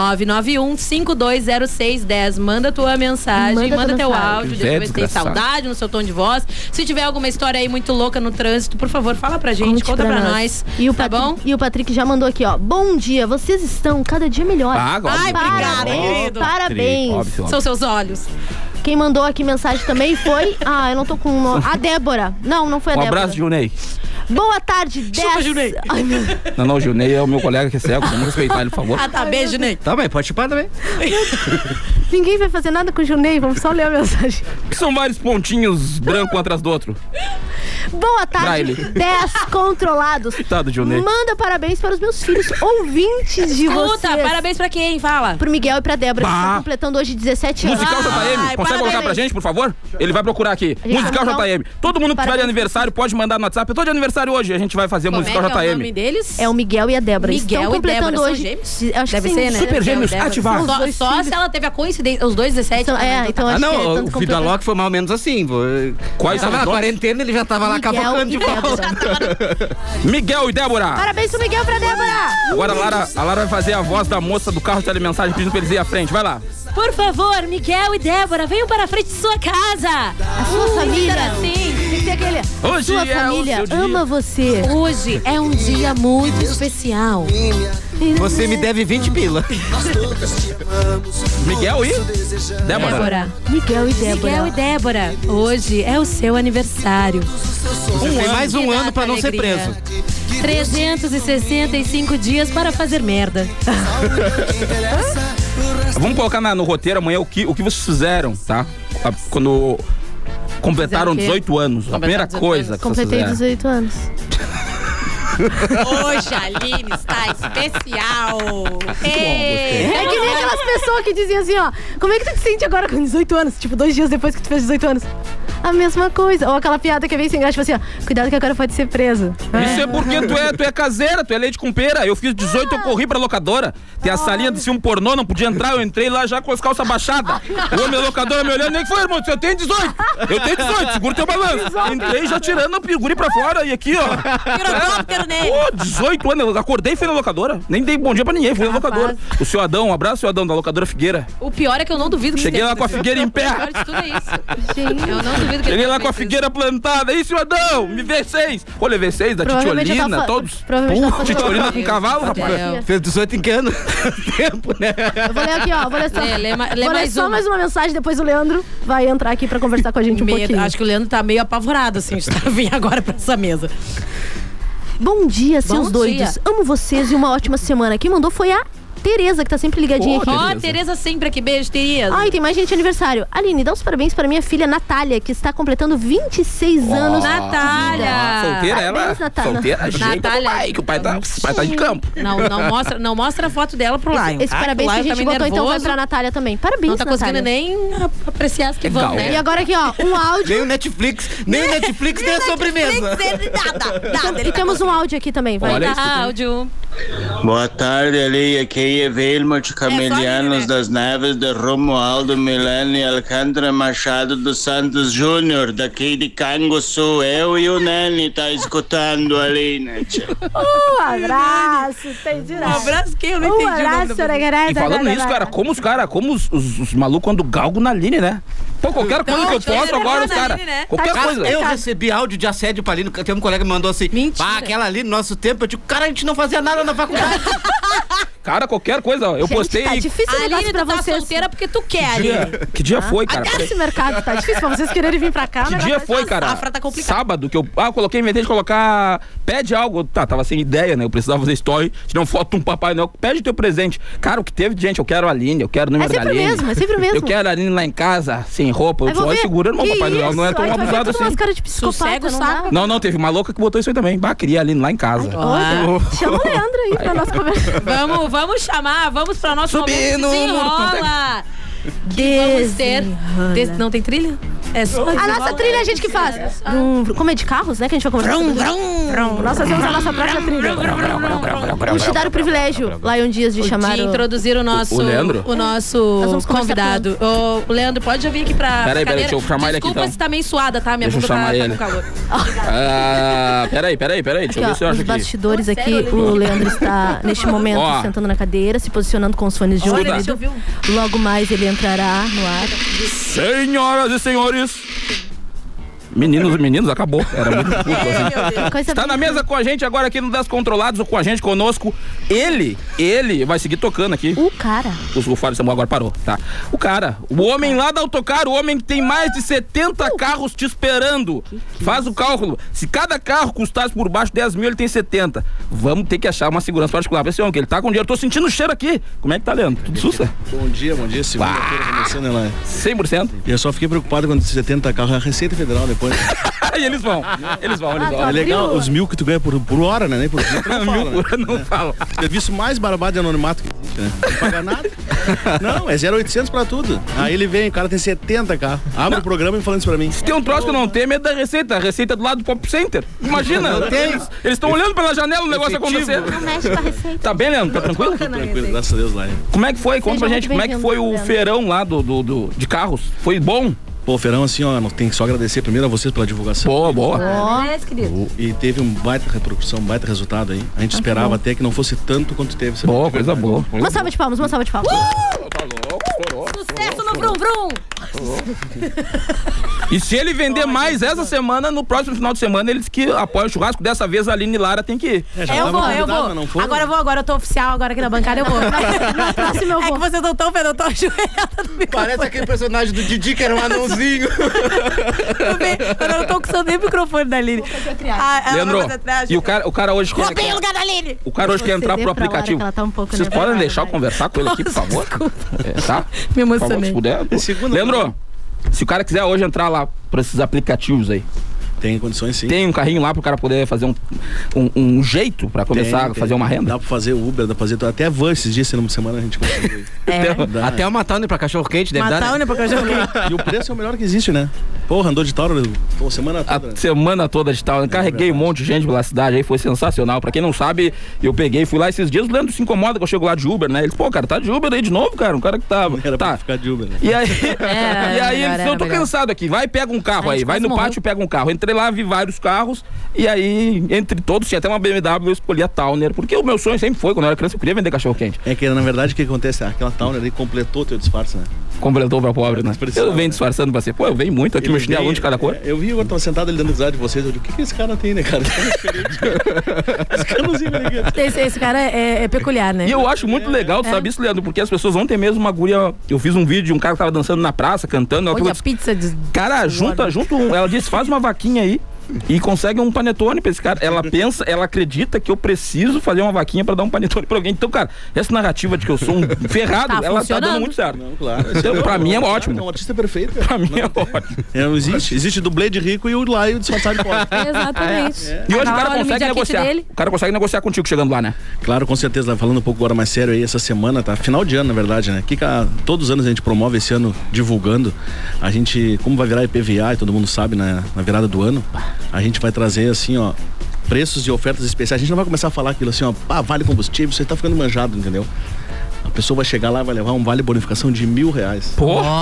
991-520610. Manda tua mensagem, manda teu áudio. Depois tem saudade no seu tom de voz. Se tiver alguma história aí muito louca no trânsito, por favor, fala pra gente, conta pra nós. E o tá bom? E o Patrick já mandou aqui, ó. Bom dia, vocês estão cada dia melhor. Ai, obrigada, querido. Parabéns. São seus olhos. Quem mandou aqui mensagem também foi... eu não tô com... A Débora. Não foi a Débora. Um abraço, Junei. Boa tarde, 10... Chupa, Junei. Não, o Junei é o meu colega que é cego. Vamos respeitar ele, por favor. Tá, beijo, Junei. Tá bem, pode chupar também. Ninguém vai fazer nada com o Junei, vamos só ler a mensagem. Que são vários pontinhos brancos um atrás do outro. Boa tarde, 10 controlados. Coitado, Junei. Manda parabéns para os meus filhos, ouvintes de vocês. Parabéns pra quem? Fala. Pro Miguel e pra Débora, que estão completando hoje 17 anos. Musical JM, consegue colocar pra gente, por favor? Ele vai procurar aqui. Musical JM. Todo mundo que tiver de aniversário pode mandar no WhatsApp. Eu tô de aniversário hoje, a gente vai fazer Musical JM. É o nome deles? É o Miguel e a Débora. Miguel estão completando e Débora hoje. São gêmeos? Acho Deve que ser, né? Super gêmeos, ativar. Só se ela teve a coincidência, os dois 17. Então acho que o filho da Loki foi mais ou menos assim. Quais tava na quarentena, ele já tava lá cavocando de volta. Miguel e Débora. Parabéns pro Miguel e pra Débora. Agora a Lara vai fazer a voz da moça do carro de telemensagem pedindo pra eles ir à frente. Vai lá. Por favor, Miguel e Débora, venham para a frente de sua casa. A sua família. Assim. Tem que ser aquele. Hoje sua família ama você. Hoje é um dia muito especial. Você me deve 20 pila. Miguel e Débora. Miguel e Débora. Miguel e Débora, hoje é o seu aniversário. Você tem mais um ano pra não ser preso. 365 dias para fazer merda. Vamos colocar no roteiro amanhã o que vocês fizeram, tá? Quando completaram 18 anos. A primeira coisa que vocês fizeram. Completei 18 anos. Hoje a Aline está especial. É que nem aquelas pessoas que diziam assim, ó, como é que tu te sente agora com 18 anos? Tipo, 2 dias depois que tu fez 18 anos. A mesma coisa. Ou aquela piada que vem sem graça, tipo assim, ó, cuidado que agora pode ser preso. Isso é porque tu é caseira, tu é leite com pera. Eu fiz 18, eu corri pra locadora. Tem a salinha de filme pornô, não podia entrar, eu entrei lá já com as calças baixadas. O homem da locadora me olhando, nem que foi, irmão, eu tenho 18. Eu tenho 18, segura teu balanço. Entrei já tirando o guri pra fora e aqui, ó. Pirocóptero nele. Pô, 18 anos, eu acordei e fui na locadora. Nem dei bom dia pra ninguém, fui na locadora. O seu Adão, um abraço, seu Adão, da locadora Figueira. O pior é que eu não duvido que cheguei lá com a Figueira em pé. O pior de tudo é isso. Gente, eu não duvido que cheguei lá com a Figueira plantada. Aí, seu Adão, me vê 6. Pô, levei 6 da Titiolina, todos. Titiolina com cavalo, rapaz. Fez 18 em que ano? Tempo, né? Eu vou ler aqui, ó. Vou ler só, lê vou ler só mais uma mensagem, depois o Leandro vai entrar aqui pra conversar com a gente um pouquinho. Acho que o Leandro tá meio apavorado, assim, de vir agora pra essa mesa. Bom dia, seus doidos. Amo vocês e uma ótima semana. Quem mandou foi a Tereza, que tá sempre ligadinha aqui. Ó, Tereza sempre aqui. Beijo, Tereza. Ah, e tem mais gente de aniversário. Aline, dá os parabéns para minha filha Natália, que está completando 26 anos. Natália! Solteira ela? Solteira, gente, que o pai tá de campo. Não mostra a foto dela pro Lion. Esse parabéns que a gente botou, então vai pra Natália também. Parabéns, Natália. Não tá conseguindo nem apreciar as que vão, né? E agora aqui, ó, um áudio. Nem o Netflix, nem a sobremesa. Nada. E temos um áudio aqui também. Vai dar áudio. Boa tarde, ali. Aqui é Vilmot Camelianos das Neves de Romualdo Milene e Alcântara Machado dos Santos Júnior, daqui de Canguçu. Eu e o Nene tá escutando ali, né, tia? Abraço, entendi. Um abraço que eu não entendi. Abraço, e falando nisso, cara, como os malucos andam galgo na Aline, né? Pô, qualquer coisa que eu posto agora, os caras. Qualquer coisa. Eu recebi áudio de assédio pra Aline, tem um colega que me mandou assim. Mentira. Aquela ali no nosso tempo, eu digo, cara, a gente não fazia nada na faculdade. Cara, qualquer coisa, ó. Eu postei. Tá difícil a Aline, pra tu tá vocês. solteira porque tu quer, Aline. Que dia foi, cara? Esse mercado tá difícil pra vocês quererem vir pra cá. Que dia foi, cara? A safra tá complicada. Sábado, que eu inventei de colocar. Pede algo. Tá, tava sem ideia, né? Eu precisava fazer story, tirar uma foto de um Papai Noel. Pede teu presente. Cara, o que teve de gente, eu quero a Aline, eu quero o número da Aline. É sempre o mesmo. Eu quero a Aline lá em casa, sem roupa. Eu só segurando o Papai Noel. Não é tão abusado assim. Umas caras de psicopata, não, teve uma louca que botou isso aí também. Bah, queria a Aline lá em casa. Chama o Leandro aí pra nossa conversa. Vamos chamar, vamos pra nosso subir no desenrola. Vamos ter... Não tem trilha? É só a nossa trilha é a gente que faz. Como é de carros, né? Que a gente vai conversar. Nós fazemos a nossa própria trilha. Vamos te dar o privilégio, Lion Dias, de chamar. De introduzir o nosso convidado. O Leandro, pode já vir aqui pra. Peraí, deixa eu chamar ele aqui. Desculpa se tá meio suada, tá? Minha boca tá com calor. Peraí. Deixa eu ver se eu acho aqui. Nos bastidores aqui, o Leandro está, neste momento, sentando na cadeira, se posicionando com os fones de ouvido. Logo mais ele entrará no ar. Senhoras e senhores, meninos, acabou. Era muito curto, assim. Está na mesa com a gente agora aqui no Descontrolados, ou com a gente, conosco. Ele vai seguir tocando aqui. O cara. O Fábio Samuel agora parou, tá? O cara, o homem lá da Autocar, o homem que tem mais de 70 carros te esperando. Faz o cálculo. Se cada carro custasse por baixo 10 mil, ele tem 70. Vamos ter que achar uma segurança particular pra esse homem, que ele tá com dinheiro. Tô sentindo o cheiro aqui. Como é que tá, Leandro? Tudo sussa? Bom dia. Segunda-feira começando, né? 100%. E eu só fiquei preocupado quando 70 carros é a Receita Federal depois. E eles vão. É legal os 1.000 que tu ganha por hora, né? Nem por dia, não fala. Serviço mais barbado de anonimato que existe, né? Não paga nada. Não, é 0,800 pra tudo. Aí ele vem, o cara tem 70 carros. Abre o programa e falando isso pra mim. Se tem um troço que eu não tenho, é medo da Receita. A Receita é do lado do Pop Center. Imagina. Eles estão olhando pela janela o negócio acontecer. Não mexe com a Receita. Tá bem, Leandro? Tá tranquilo? Tranquilo, graças a Deus lá. Como é que foi? Conta pra gente, como é que foi o feirão lá de carros? Foi bom? Pô, Ferão, assim, ó, tem que só agradecer primeiro a vocês pela divulgação. Boa. E teve uma baita repercussão, um baita resultado aí. A gente esperava até que não fosse tanto quanto teve. Boa, coisa boa. Uma salva de palmas. Tá louco, Sucesso no Vrum Vrum! E se ele vender mais essa semana, no próximo final de semana, eles que apoiam o churrasco. Dessa vez a Aline Lara tem que ir. Eu vou. Agora eu tô oficial, agora aqui na bancada eu vou. No próximo eu vou. É que vocês não estão vendo, eu tô ajoelhada no microfone. Parece aquele personagem do Didi que era um anãozinho. Eu não tô usando nem o microfone da Aline. Leandro, e o cara hoje quer... Roubei o lugar da Aline! O cara hoje quer entrar pro aplicativo. Vocês podem deixar eu conversar com ele aqui, por favor? Tá? Me emocionei. Se puder. Leandro, se o cara quiser hoje entrar lá pra esses aplicativos aí, Tem condições, sim. Tem um carrinho lá pro cara poder fazer um jeito pra começar a fazer uma renda? Dá pra fazer Uber, dá pra fazer até van esses dias, numa semana a gente consegue. Até uma Towner pra cachorro-quente deve dar. Uma Towner pra cachorro-quente. E o preço é o melhor que existe, né? Porra, andou de Tauro a semana toda. A semana toda de Tauro. Carreguei um monte de gente pela cidade aí, foi sensacional. Pra quem não sabe, eu peguei, fui lá esses dias, o Leandro se incomoda que eu chego lá de Uber, né? Ele, pô, cara, tá de Uber aí de novo, cara? Um cara que tá... Era pra ficar de Uber, né? E aí, ele disse, eu tô cansado aqui, vai pega um carro aí, vai no pátio e pega um carro. Entrei lá, vi vários carros, e aí, entre todos, tinha até uma BMW, eu escolhi a Towner, porque o meu sonho sempre foi, quando eu era criança, eu queria vender cachorro-quente. É que, na verdade, o que acontece? Aquela Towner ali completou o teu disfarce, né? Completou pra pobre, né? Eu venho disfarçando pra você. Pô, eu venho muito aqui, meu chinelo de cada cor. Eu vi, eu tava sentado ali dentro do de vocês, eu digo, o que esse cara tem, né, cara? Esse cara é peculiar, né? E eu acho muito legal, sabe isso, Leandro? Porque as pessoas ontem mesmo, uma guria, eu fiz um vídeo de um cara que tava dançando na praça, cantando. Olha a pizza de... Cara, junta ela disse, faz uma vaquinha aí e consegue um panetone pra esse cara. Ela pensa, ela acredita que eu preciso fazer uma vaquinha pra dar um panetone pra alguém. Então, cara, essa narrativa de que eu sou um ferrado, ela tá dando muito certo. Não, claro. Então, pra mim é ótimo. É um artista perfeito, cara. Pra mim é ótimo. Não existe. Existe dublê de rico e o Laio disfarçado de pobre. Exatamente. E hoje o cara consegue negociar. O cara consegue negociar contigo chegando lá, né? Claro, com certeza. Falando um pouco agora mais sério aí, essa semana, tá? Final de ano, na verdade, né? Todos os anos a gente promove esse ano divulgando. A gente, como vai virar IPVA e todo mundo sabe, né? Na virada do ano, a gente vai trazer assim, ó, preços e ofertas especiais. A gente não vai começar a falar aquilo assim, ó, vale combustível, você tá ficando manjado, entendeu? A pessoa vai chegar lá e vai levar um vale bonificação de R$1.000.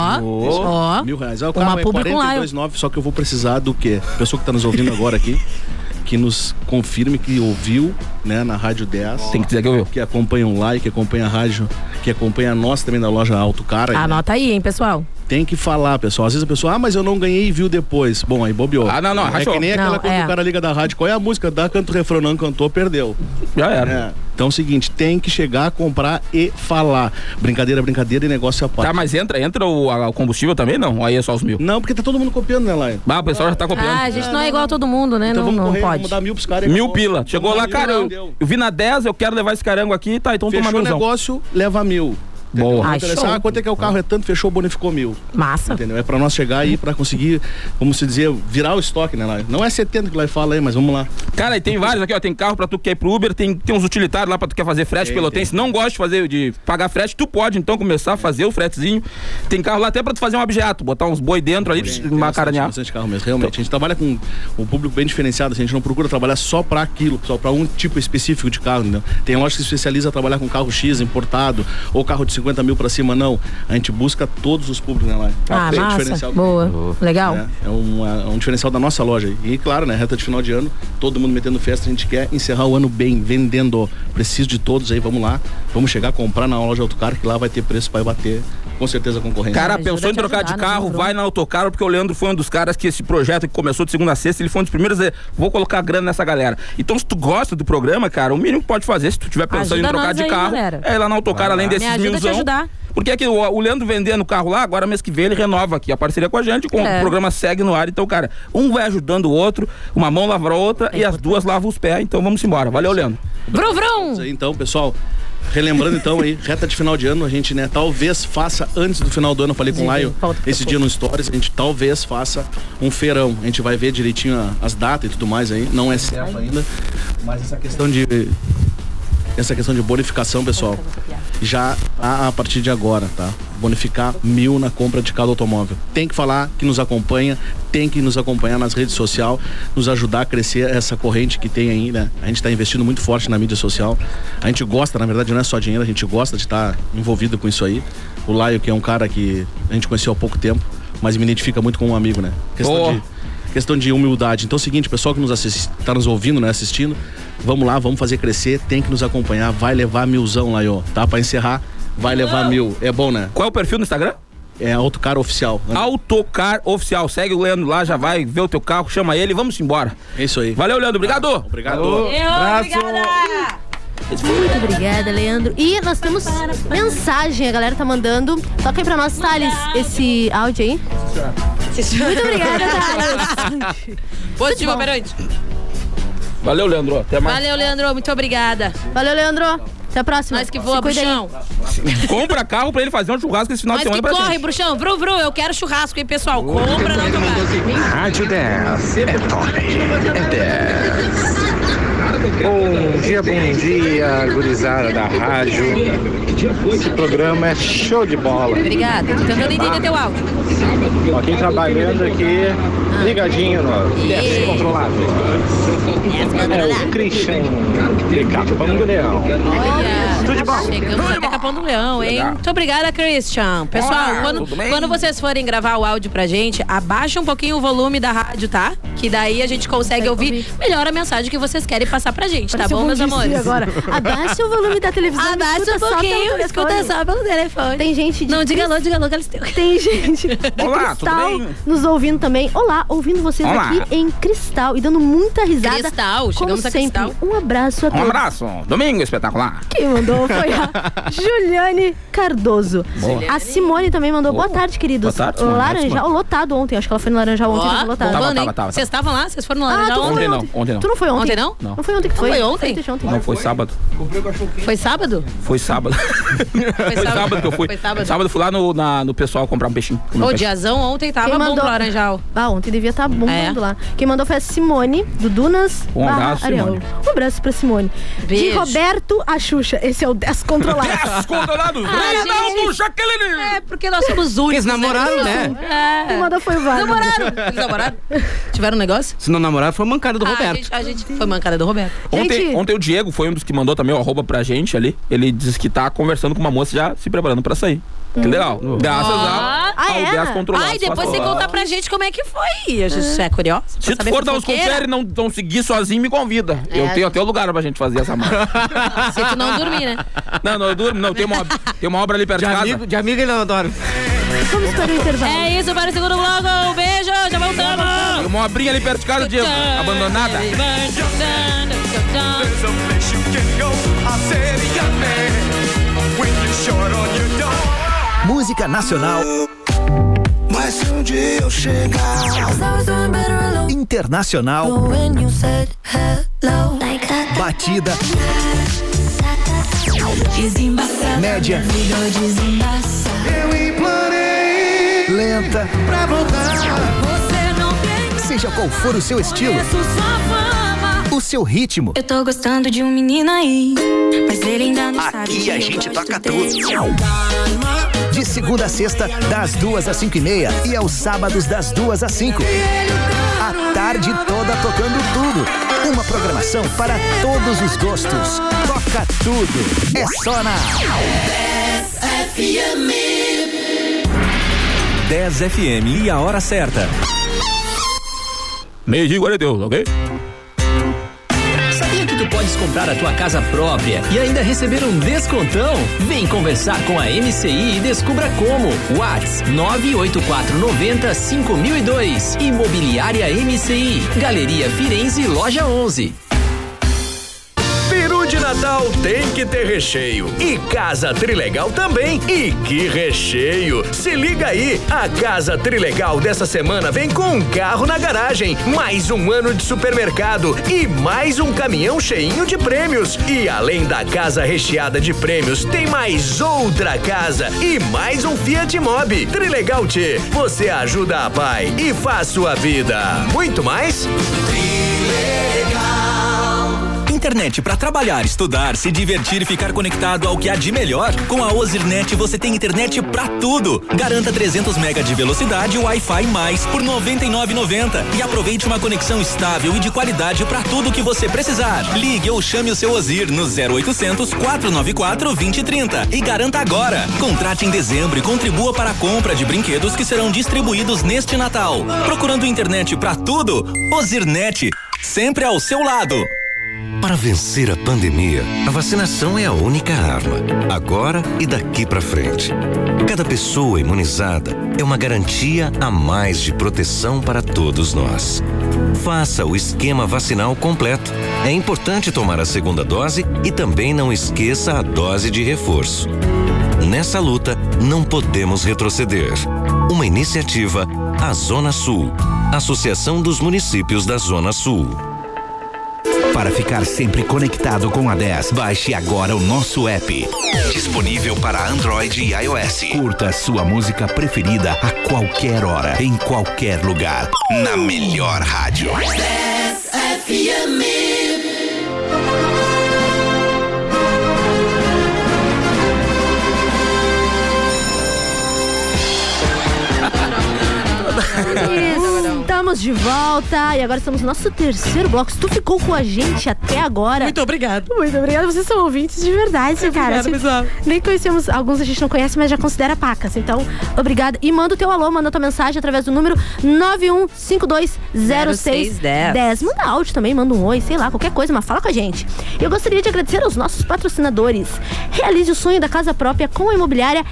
Ó. R$1.000. O carro é 42,9, só que eu vou precisar do quê? A pessoa que tá nos ouvindo agora aqui, que nos confirme que ouviu, né, na Rádio 10. Tem que dizer que ouviu. Que acompanha o Live, que acompanha a rádio, que acompanha a nossa também da loja Autocar. Anota aí, hein, pessoal. Tem que falar, pessoal. Às vezes a pessoa, mas eu não ganhei e viu depois. Bom, aí bobeou. Não, é que nem aquela coisa que o cara liga da rádio, qual é a música? Dá canto refrão, não cantou, perdeu. Já era. Então é o seguinte, tem que chegar, comprar e falar. Brincadeira e negócio à parte. Tá, mas entra o combustível também, não? Ou aí é só os 1.000? Não, porque tá todo mundo copiando, né, Laia? O pessoal já tá copiando. A gente não é igual a todo mundo, né? Então não pode. Vamos dar 1.000 pros caras. 1.000 pila. Chegou lá, cara, eu vi na 10, eu quero levar esse carango aqui, tá, então toma 1.000. Fechou o negócio, leva 1.000. Boa. Quanto é que é o carro? É tanto, fechou, bonificou 1.000. Massa. Entendeu? É pra nós chegar aí pra conseguir, como se dizer, virar o estoque, né, lá. Não é 70 que lá fala aí, mas vamos lá. Cara, e tem vários aqui, ó. Tem carro pra tu que quer ir pro Uber, tem uns utilitários lá pra tu que quer fazer frete pelotense. Não gosta de pagar frete, tu pode então começar a fazer o fretezinho. Tem carro lá até pra tu fazer um objeto, botar uns boi dentro ali, macaranhar. Bastante carro mesmo, realmente. A gente trabalha com um público bem diferenciado, assim, a gente não procura trabalhar só pra aquilo, só pra um tipo específico de carro, entendeu? Tem loja que se especializa a trabalhar com carro X importado, ou carro de 50 mil pra cima. Não, a gente busca todos os públicos, né, lá. Massa, diferencial. Boa. Legal. É um diferencial da nossa loja. E claro, né, reta de final de ano, todo mundo metendo festa, a gente quer encerrar o ano bem, vendendo. Preciso de todos aí, vamos lá. Vamos chegar a comprar na loja Autocar, que lá vai ter preço para bater, com certeza, a concorrência. Cara, pensou em trocar de carro, vai na Autocar, porque o Leandro foi um dos caras que esse projeto que começou de segunda a sexta, ele foi um dos primeiros a dizer, vou colocar grana nessa galera. Então, se tu gosta do programa, cara, o mínimo que pode fazer, se tu tiver pensando em trocar de carro, é ir lá na Autocar, além desses 1.000. Porque aqui o Leandro vendendo o carro lá, agora mês que vem ele renova aqui a parceria com a gente, o programa segue no ar. Então, cara, um vai ajudando o outro, uma mão lava a outra e as duas lavam os pés. Então vamos embora. Valeu, Leandro. Vrum! Então, pessoal, relembrando então aí, reta de final de ano, a gente, né, talvez faça antes do final do ano, eu falei com o Laio esse dia no Stories, a gente talvez faça um feirão. A gente vai ver direitinho as datas e tudo mais aí, não é certo ainda, mas essa questão de bonificação, pessoal, já a partir de agora, tá? Bonificar 1.000 na compra de cada automóvel. Tem que falar que nos acompanha, tem que nos acompanhar nas redes sociais, nos ajudar a crescer essa corrente que tem aí, né? A gente tá investindo muito forte na mídia social. A gente gosta, na verdade, não é só dinheiro, a gente gosta de estar envolvido com isso aí. O Laio, que é um cara que a gente conheceu há pouco tempo, mas me identifica muito como um amigo, né? Questão de humildade. Então é o seguinte, pessoal que tá nos ouvindo, né, assistindo, vamos lá, vamos fazer crescer, tem que nos acompanhar, vai levar 1.000, Laio, tá? Pra encerrar, vai levar 1.000. É bom, né? Qual é o perfil no Instagram? É Autocar Oficial. Autocar Oficial. Segue o Leandro lá, já vai ver o teu carro, chama ele e vamos embora. É isso aí. Valeu, Leandro. Obrigado. Obrigado. Obrigada. Muito obrigada, Leandro. E nós temos mensagem, a galera tá mandando. Toca aí pra nós, Thales, esse áudio aí. Muito obrigada, Thales. Positivo, Berante. Valeu, Leandro. Até mais. Valeu, Leandro. Muito obrigada. Valeu, Leandro. Até a próxima. Nós que voa, Bruxão. Compra carro pra ele fazer um churrasco esse final de semana pra corre, gente. Bruxão. Vru, eu quero churrasco, hein, pessoal. Compra na autocar. Rádio 10 é top. É 10. Bom dia, gurizada da rádio. Esse programa é show de bola. Obrigada. Tentando entender teu áudio. Aqui trabalhando aqui, ligadinho no Descontrolado. É o Christian de Capão do Leão. Tudo de bom. Chegamos até Capão do Leão, hein? Muito obrigada, Christian. Pessoal, quando vocês forem gravar o áudio pra gente, abaixa um pouquinho o volume da rádio, tá? Que daí a gente consegue ouvir melhor a mensagem que vocês querem passar pra gente, tá bom, meus amores? Agora, abaixa o volume da televisão. Abaixa um pouquinho, escuta só pelo telefone. Tem gente de... Não, diga alô, Galisteu. Tem gente de Olá, Cristal nos ouvindo também. Olá, ouvindo vocês aqui em Cristal e dando muita risada. Cristal, chegamos a Cristal. Um abraço a todos. Um abraço, domingo espetacular. Quem mandou foi a Juliane Cardoso. Boa. A Simone também mandou. Boa tarde, queridos. Boa tarde, Simone. Laranjal, lotado ontem. Acho que ela foi no Laranjal ontem. Tava. Vocês estavam lá? Vocês foram no Laranjal ontem? Ontem não. Tu não foi ontem? Ontem não? Não foi ontem que foi. Foi ontem? Não, foi sábado. Foi sábado? Foi sábado. Foi sábado que eu fui. Foi sábado. Sábado eu fui lá no pessoal comprar um peixinho. Ô, diazão ontem tava bom no Laranjal. Ontem devia estar bombando lá. Quem mandou foi a Simone, do Dunas. Um abraço, Simone. Um abraço pra Simone. Beijo. De Roberto a Xuxa. Esse é o Descontrolado. Descontrolado. É, porque nós somos únicos. Eles namoraram, né? Quem mandou foi o Wagner. Eles namoraram? Tiveram um negócio? Se não namoraram, foi mancada do Roberto. A gente foi mancada do Roberto. Ontem o Diego foi um dos que mandou também o arroba pra gente ali. Ele disse que tá conversando com uma moça já se preparando pra sair. Que legal. Graças ao Descontrolado. Ai, depois você contar pra gente como é que foi. A gente é curioso. Se tu for dar uns conselhos e não seguir sozinho, me convida. Eu tenho até o lugar pra gente fazer essa marca. Se tu não dormir, né? Não, eu durmo. Não, tem uma obra ali perto de casa. De amigo ele não adora. Vamos para o intervalo. É isso, para o segundo bloco. Um beijo, já voltamos. Tem uma obrinha ali perto de casa, Diego. Abandonada. Música nacional. Mas se um dia eu chegar Internacional. Batida. Média. Eu implorei Lenta. pra voltar. Seja qual for o seu estilo, o seu ritmo. Eu tô gostando de um menino aí, mas ele ainda não sabe. Aqui a gente toca tudo. De segunda a sexta, das 2 às 5:30 e aos sábados das 2 às 5. A tarde toda tocando tudo. Uma programação para todos os gostos. Toca tudo. É só na 10 FM. 10 FM e a hora certa. 12:42, ok? Sabia que tu podes comprar a tua casa própria e ainda receber um descontão? Vem conversar com a MCI e descubra como. Whats 984905002. Imobiliária MCI. Galeria Firenze, Loja 11. Peru de Natal tem que ter recheio. E Casa Trilegal também. E que recheio! Se liga aí, a Casa Trilegal dessa semana vem com um carro na garagem, mais um ano de supermercado e mais um caminhão cheinho de prêmios. E além da casa recheada de prêmios, tem mais outra casa e mais um Fiat Mobi. Trilegal Tchê, você ajuda a pai e faz sua vida. Muito mais? Trilegal. Internet para trabalhar, estudar, se divertir e ficar conectado ao que há de melhor. Com a Ozirnet você tem internet pra tudo. Garanta 300 MB de velocidade e Wi-Fi mais por R$ 99,90 e aproveite uma conexão estável e de qualidade para tudo que você precisar. Ligue ou chame o seu Ozir no 0800 494 2030 e garanta agora. Contrate em dezembro e contribua para a compra de brinquedos que serão distribuídos neste Natal. Procurando internet pra tudo? Ozirnet, sempre ao seu lado. Para vencer a pandemia, a vacinação é a única arma, agora e daqui para frente. Cada pessoa imunizada é uma garantia a mais de proteção para todos nós. Faça o esquema vacinal completo. É importante tomar a segunda dose e também não esqueça a dose de reforço. Nessa luta, não podemos retroceder. Uma iniciativa, a Zona Sul, Associação dos Municípios da Zona Sul. Para ficar sempre conectado com a 10, baixe agora o nosso app. Disponível para Android e iOS. Curta a sua música preferida a qualquer hora, em qualquer lugar. Na melhor rádio. 10 FM. Estamos de volta e agora estamos no nosso terceiro bloco. Se tu ficou com a gente até agora... Muito obrigado. Muito obrigada. Vocês são ouvintes de verdade, cara. Obrigada, pessoal. Nem conhecemos, alguns a gente não conhece, mas já considera pacas. Então, obrigada. E manda o teu alô, manda a tua mensagem através do número 91520610. Manda áudio também, manda um oi, sei lá, qualquer coisa, mas fala com a gente. Eu gostaria de agradecer aos nossos patrocinadores. Realize o sonho da casa própria com a imobiliária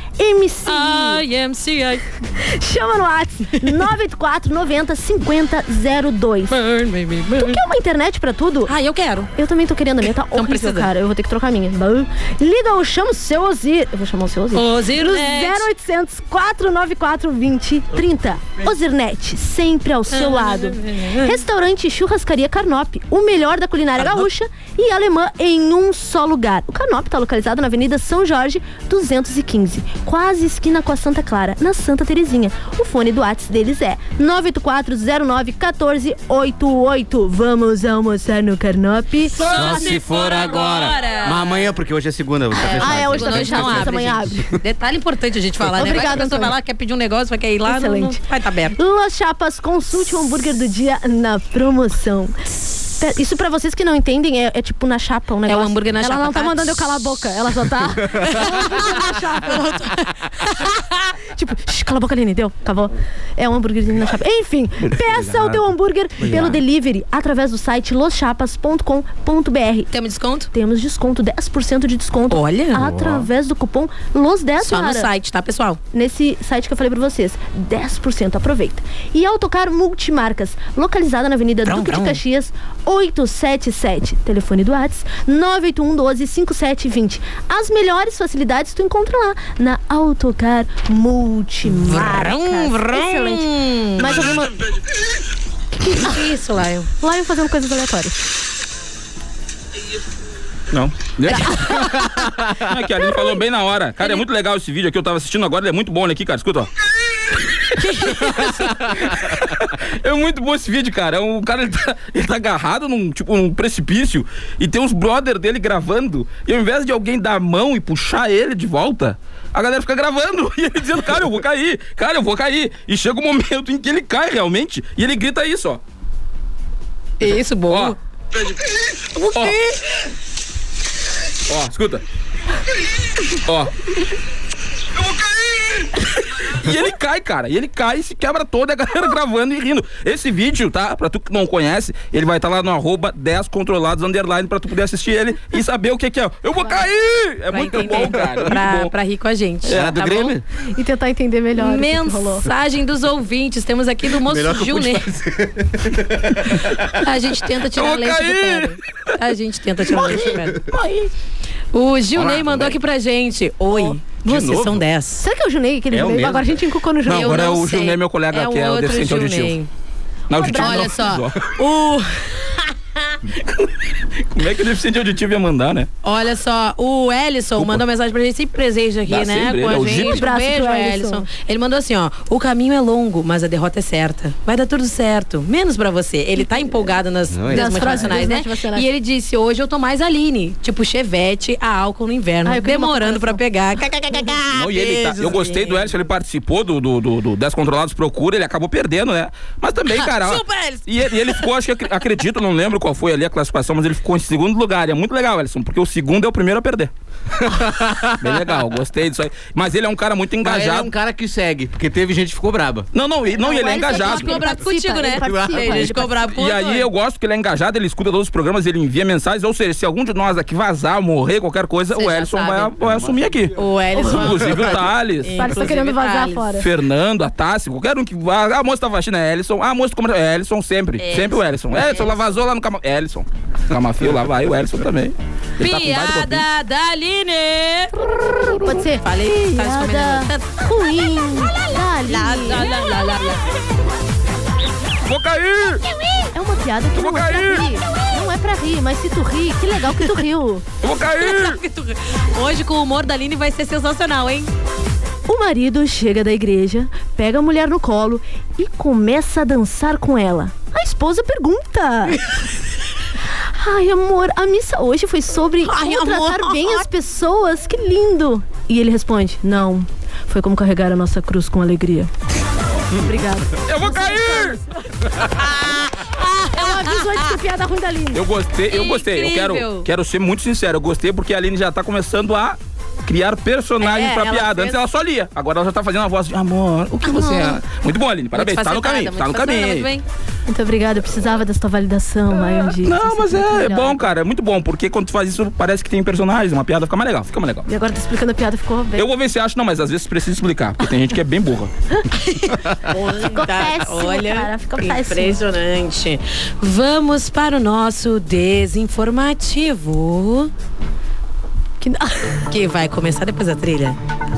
MCI. Chama no WhatsApp 984 90 5002. Tu quer uma internet pra tudo? Eu quero. Eu também tô querendo, a minha tá horrível, precisa. cara. Eu vou ter que trocar a minha. Liga ou chama o seu Ozir. Eu vou chamar o seu Ozir. Ozirnet. 0800 494 2030. Ozirnet, sempre ao seu lado. Restaurante e Churrascaria Carnop, o melhor da culinária gaúcha e alemã em um só lugar. O Carnop tá localizado na Avenida São Jorge 215, quase esquina com a Santa Clara, na Santa Terezinha. O fone do WhatsApp deles é 984091488. Vamos almoçar no Carnop? Só se for agora. Mas amanhã, porque hoje é segunda. Hoje tá fechado. Amanhã abre. Detalhe importante a gente falar, né? Obrigada, Vai que a pessoa vai lá, quer pedir um negócio, quer ir lá, excelente. Não vai estar aberto. Los Chapas, consulte o hambúrguer do dia na promoção. Isso pra vocês que não entendem, é tipo na chapa um negócio. É o hambúrguer na chapa. Ela não tá mandando eu calar a boca, ela só tá... na chapa. Tipo, cala a boca, Aline, deu, acabou. É um hambúrguerzinho na chapa. Enfim, peça o teu hambúrguer pelo delivery através do site loschapas.com.br. Temos desconto? Temos desconto, 10% de desconto. Olha! Através do cupom LOS10. Só no site, tá, pessoal? Nesse site que eu falei pra vocês, 10%, aproveita. E Autocar Multimarcas, localizada na Avenida Duque de Caxias, 877. Telefone do WhatsApp 981 12 5720. As melhores facilidades tu encontra lá na Autocar Multimarcas. Excelente. Mais alguma... Que isso, Lion? Lion fazendo coisas aleatórias. Não. É que a Aline falou bem na hora. Cara, é muito legal esse vídeo aqui, eu tava assistindo agora, ele é muito bom, olha aqui, cara, escuta, ó. É muito bom esse vídeo, cara. O cara, ele tá agarrado num precipício e tem uns brother dele gravando, e ao invés de alguém dar a mão e puxar ele de volta, a galera fica gravando e ele dizendo, cara, eu vou cair, e chega um momento em que ele cai realmente e ele grita isso, ó. Isso, bom. Ó, escuta. Ó. Eu vou cair! E ele cai, cara. E ele cai e se quebra toda, a galera gravando e rindo. Esse vídeo, tá? Pra tu que não conhece, ele vai estar lá no @10controlados_ pra tu poder assistir ele e saber o que é. Eu vou cair! É muito bom, cara. Muito bom. Pra rir com a gente. Era do Grêmio? E tentar entender melhor. Mensagem dos ouvintes. Temos aqui do moço Gilney. A gente tenta tirar leite do pé. A gente tenta tirar leite do pé. O Gilney mandou aqui pra gente. Oi. Vocês são 10. Será que é o Junei? Aquele Junei? Agora a gente encucou no Junei. Não, agora é o Junei, meu colega, que é o deficiente auditivo. Não, auditivo não. Olha só. Como é que o deficiente auditivo ia mandar, né? Olha só, o Ellison mandou mensagem pra gente, sempre presente aqui, né? Sempre, com a gente. Um Beijo, Ellison. Ele mandou assim, ó: o caminho é longo, mas a derrota é certa. Vai dar tudo certo, menos pra você. Ele tá empolgado nas motivacionais, né? E ele disse: hoje eu tô mais Aline, tipo Chevette a álcool no inverno, demorando pra pegar. Não, e ele tá, eu gostei do Ellison, ele participou do 10 Controlados Procura, ele acabou perdendo, né? Mas também, cara, Super Ellison. E ele ficou, acho que acredito, não lembro qual foi ali a classificação, mas ele ficou em segundo lugar. E é muito legal, Ellison, porque o segundo é o primeiro a perder. Bem legal, gostei disso aí. Mas ele é um cara muito engajado. Mas ele é um cara que segue, porque teve gente que ficou braba. Não, ele é engajado. Ele ficou bravo contigo, né? Ele ficou bravo com E aí eu gosto que ele é engajado, ele escuta todos os programas, ele envia mensagens, ou seja, se algum de nós aqui vazar, morrer, qualquer coisa, o Ellison vai assumir aqui. O Ellison. Inclusive o Thales. Thales tá querendo vazar fora. Fernando, a Tassi, qualquer um que vá. A moça tá faxina é Ellison. A moça como é Ellison sempre. Sempre o Ellison. Ellison lá vazou lá no Ellison. Camafio, lá vai o Ellison também. Piada da Aline. Pode ser. Falei, tá escondendo. Ruim. Vou cair! É uma piada que não é pra rir. Não é pra rir, mas se tu rir, que legal que tu riu. Eu vou cair! Hoje com o humor da Aline vai ser sensacional, hein? O marido chega da igreja, pega a mulher no colo e começa a dançar com ela. A esposa pergunta: ai, amor, a missa hoje foi sobre tratar bem as pessoas, que lindo. E ele responde: não, foi como carregar a nossa cruz com alegria. Obrigada. Eu vou cair! É um aviso antes que a piada ruim da Aline. Eu gostei. Eu quero ser muito sincero. Eu gostei porque a Aline já tá começando a criar personagens pra piada. Antes ela só lia. Agora ela já tá fazendo uma voz de amor. O que você é? Muito bom, Aline. Parabéns. Tá no caminho. Tá no caminho. Muito obrigada. Eu precisava dessa tua validação aí um dia. Não, mas é bom, cara. É muito bom. Porque quando tu faz isso, parece que tem personagens. Uma piada fica mais legal. E agora tá explicando a piada, ficou bem. Eu vou ver se acho. Não, mas às vezes precisa explicar. Porque tem gente que é bem burra. Ficou péssimo, olha, cara. Ficou péssimo. Impressionante. Vamos para o nosso desinformativo. Que vai começar depois da trilha.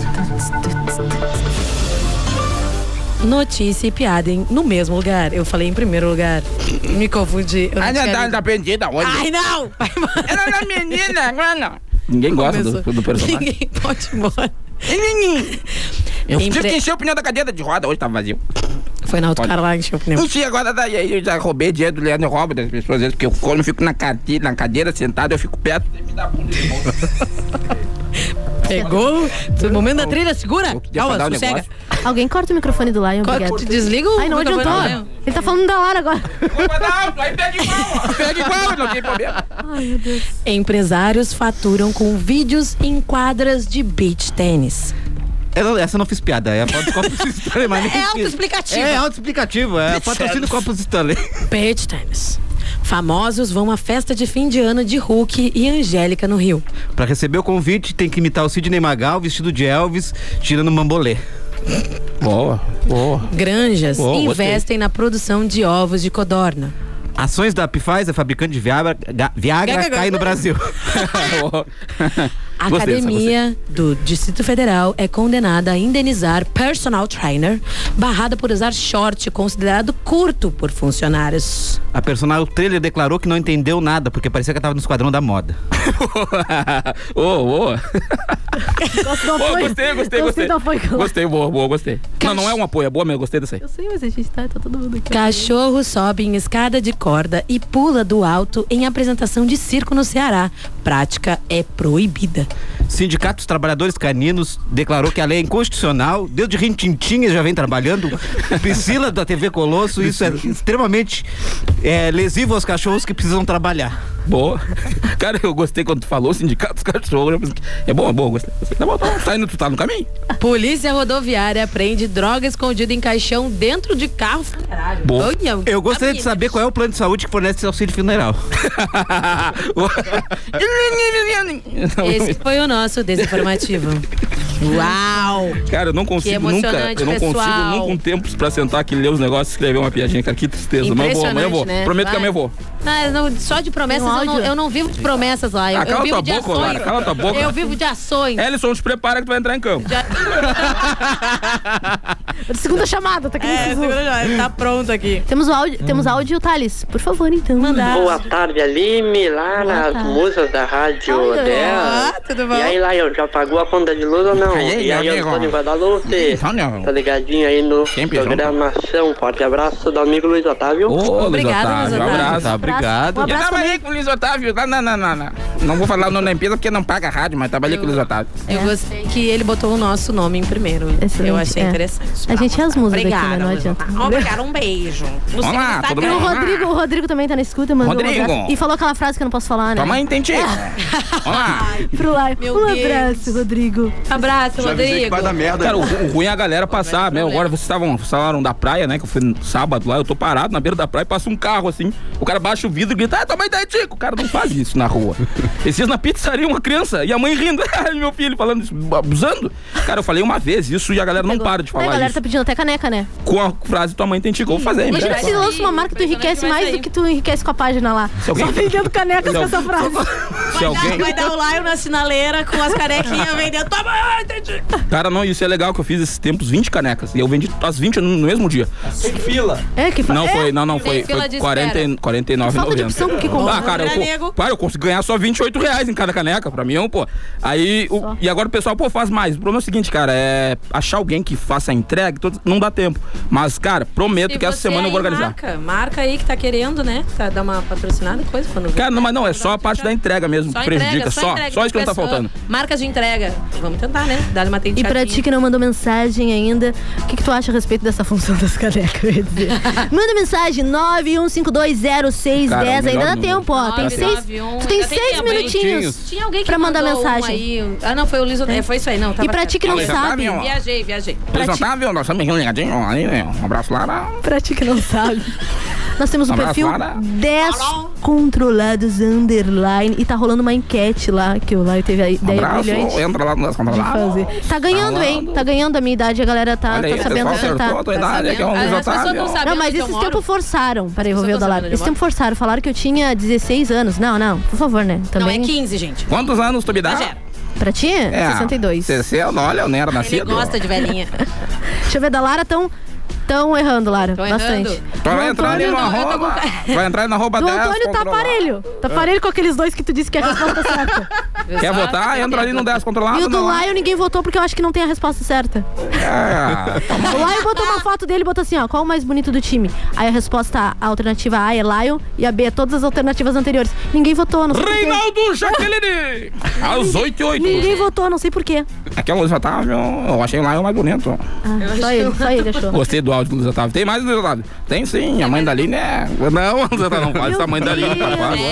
Notícia e piada no mesmo lugar. Eu falei em primeiro lugar. Me confundi. Tá perdida, olha. Ai, não! Ela é menina, mano. Ninguém gosta do personagem. Ninguém pode ir embora. Eu tive que encher o pneu da cadeira de roda, hoje tava vazio. Foi na autocar lá, encheu o pneu. Enchi agora daí, eu já roubei dinheiro do Leandro, eu roubo das pessoas, às vezes, porque quando eu fico na cadeira sentado, eu fico perto e me dá bunda de volta. Pegou? No momento da trilha, segura. Calma, sossega. Alguém corta o microfone do Lion, obrigado. Desliga o Ai, não adiantou. Ele tá falando da Lara agora. Aí pega igual, não tem problema. Ai, meu Deus. Empresários faturam com vídeos em quadras de beach tênis. Essa eu não fiz piada, é a foto do Copos Stanley. É autoexplicativo. É autoexplicativo, é a patrocínio do Copos Stanley. Beach tênis. Famosos vão à festa de fim de ano de Hulk e Angélica no Rio. Pra receber o convite, tem que imitar o Sidney Magal vestido de Elvis, tirando mambolê. Boa. Granjas investem na produção de ovos de codorna. Ações da Pfizer, fabricante de Viagra, cai no Brasil. A Academia do Distrito Federal é condenada a indenizar personal trainer barrada por usar short considerado curto por funcionários. A personal trainer declarou que não entendeu nada, porque parecia que ela tava no esquadrão da moda. Gostei, boa, gostei. Não é um apoio, é boa mesmo, gostei dessa aí. Eu sei, mas a gente tá todo mundo aqui. Cachorro sobe em escada de corda e pula do alto em apresentação de circo no Ceará. Prática é proibida. Sindicato dos Trabalhadores Caninos declarou que a lei é inconstitucional. Desde Rintintinha já vem trabalhando. Priscila da TV Colosso, isso é extremamente lesivo aos cachorros que precisam trabalhar. Boa. Cara, eu gostei quando tu falou Sindicato dos Cachorros. É bom, gostei. Tá bom, tu tá no caminho. Polícia Rodoviária prende droga escondida em caixão dentro de carro funerário. Boa. Eu gostaria de saber qual é o plano de saúde que fornece esse auxílio funeral. Esse foi o nosso desinformativo. Uau! Cara, eu não consigo nunca um tempo pra sentar aqui, ler os negócios e escrever uma piadinha, cara. Que tristeza. Mas eu vou. Né? Prometo que amanhã eu vou. Não, só de promessas eu não vivo de promessas lá. Eu vivo de ações. Cala tua boca. Eu vivo de ações. Ellison, te prepara que tu vai entrar em campo. Segunda chamada, tá aqui no segunda chamada. Tá pronto aqui. Temos áudio, Thales. Por favor, então. Mandar. Boa tarde, Aline, lá nas musas da rádio dela. Tudo bom? E aí, Lion, já pagou a conta de luz ou não? E aí, Antônio Guadalupe, tá ligadinho aí no programação. Forte abraço do amigo Luiz Otávio. Obrigado, Luiz Otávio. Tá, obrigado. Eu trabalhei com o Luiz Otávio. Não vou falar o nome da empresa porque não paga a rádio, mas trabalhei com o Luiz Otávio. Eu gostei que ele botou o nosso nome em primeiro. Excelente, eu achei interessante. A gente é as musas daqui, né? Não adianta. Obrigado, um beijo. Vamos lá, tudo bem? O Rodrigo também tá na escuta, mandou Rodrigo. E falou aquela frase que eu não posso falar, né? Tua mãe entende. Vamos lá. Pro Lion. Um abraço, Rodrigo. Abraço, Rodrigo. Vai dar merda. Cara, o ruim é a galera passar, né? Agora vocês falaram da praia, né? Que eu fui no sábado lá, eu tô parado na beira da praia e passa um carro assim. O cara baixa o vidro e grita, tua mãe tá aí, Tico. O cara não faz isso na rua. Esses dias na pizzaria, uma criança e a mãe rindo. Meu filho falando isso, abusando. Cara, eu falei uma vez isso e a galera não para de falar isso. A galera tá pedindo até caneca, né? Com a frase, tua mãe tem tico, eu vou fazer. Imagina se lança uma marca que tu enriquece mais do que tu enriquece com a página lá. Só vendendo canecas com essa frase. Vai dar o Lion na sinaleira com as canequinhas vendendo. Tua mãe tem tico. Cara, não, isso é legal que eu fiz esses tempos 20 canecas. E eu vendi as 20 no mesmo dia. Tem fila. Não foi 49,90. Cara, eu consigo ganhar só R$28 em cada caneca, pra mim, pô. Aí, e agora o pessoal, faz mais. O problema é o seguinte, cara, é achar alguém que faça a entrega, não dá tempo. Mas, cara, prometo que essa semana eu vou organizar. Marca aí que tá querendo, né? Dar uma patrocinada e coisa quando vê. Cara, mas não, é só a parte da entrega mesmo que prejudica. Só isso que não tá faltando. Marcas de entrega. Vamos tentar, né? Dar uma tenteadinha. E pra ti que não mandou mensagem ainda, o que tu acha a respeito dessa função das canecas? Manda mensagem 915200610. Ainda dá tempo, ó. Tu tem 6 minutinhos. Tinha alguém que pra mandar mensagem. Aí. Não, foi o Liso. Foi isso aí, não. E pra ti que não sabe. Viajei. Liso Otávio, nós estamos ligadinho. Um abraço lá. Pra ti que não sabe. Nós temos o perfil Descontrolados _ e tá rolando uma enquete lá, que o Laio teve a ideia brilhante. Entra lá no Descontrolados. Tá ganhando, hein? Tá ganhando a minha idade, a galera tá sabendo acertar. Não, mas esses tempos forçaram. Peraí, vou ver o da Lara. Esse tempo forçaram, falaram que eu tinha 16 anos. Não, por favor, né? Também... Não, é 15, gente. Quantos anos tu me dá? Pra ti? 62. 60, olha, eu nem era nascido. Ele gosta de velhinha. Deixa eu ver, da Lara, tão errando, Lara. Bastante. Vai entrar ali no arroba. Vai entrar na arroba 10. O Antônio tá aparelho. Tá aparelho com aqueles dois que tu disse que é a resposta certa. Quer votar? Entra ali no 10 controlado. E o do Lion ninguém votou porque eu acho que não tem a resposta certa. O Lion botou uma foto dele e botou assim, ó, qual o mais bonito do time? Aí a resposta, a alternativa A é Lion e a B é todas as alternativas anteriores. Ninguém votou, não sei porquê. Reinaldo Jaqueline! Às 8h08. Ninguém votou, não sei porquê. Aqui é o Luiz Otávio, eu achei o Lion mais bonito. Só ele achou. Gostei do áudio do Luiz Otávio. Tem mais, Luiz Otávio? Tem sim, a mãe da Aline é... Não, Luiz Otávio, não faz a mãe da Aline.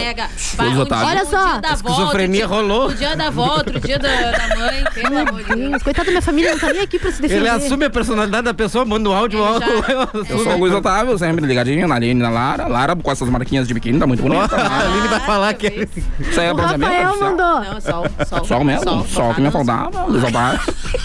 Olha só. A esquizofrenia rolou. O dia da avó, outro dia da mãe. Pelo amor de Deus. Coitado da minha família, não tá nem aqui pra se defender. Ele assume a personalidade da pessoa, manda o áudio. Eu sou o Luiz Otávio, sempre ligadinho na Aline, na Lara. Lara com essas marquinhas de biquíni, tá muito bonita. A Aline vai falar que... Isso aí é bronzeamento. O Rafael mandou. Não, sol. Sol mesmo, sol que me faltava, Luiz Otávio.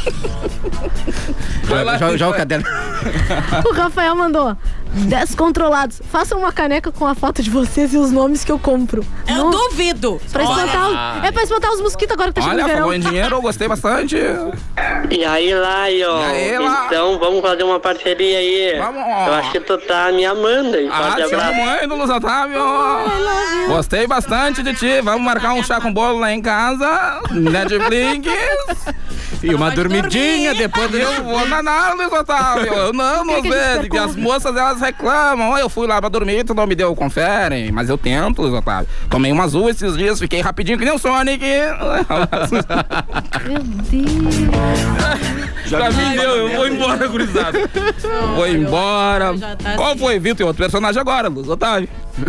Já o caderno. O Rafael mandou 10 façam uma caneca com a foto de vocês e os nomes que eu compro. Eu duvido. Pra espantar os mosquitos agora que tá chegando o verão. Falou em dinheiro, eu gostei bastante. E aí, Lion? Então vamos fazer uma parceria aí. Vamos. Eu acho que tu tá me amando. Te amo, mãe do Luiz Otávio. Gostei bastante de ti. Vamos marcar um chá com bolo lá em casa. Netflix. E uma dormidinha depois do... Eu vou nanar, Luiz Otávio. Eu não, às vezes. Que as moças, elas reclamam. Eu fui lá pra dormir, tu não me deu, confere. Mas eu tento, Luiz Otávio. Tomei uma azul esses dias, fiquei rapidinho que nem o Sonic. Meu Deus. Pra mim deu, eu vou embora, gurizada. Vou embora. Qual foi, viu? Tem outro personagem agora, Luiz Otávio.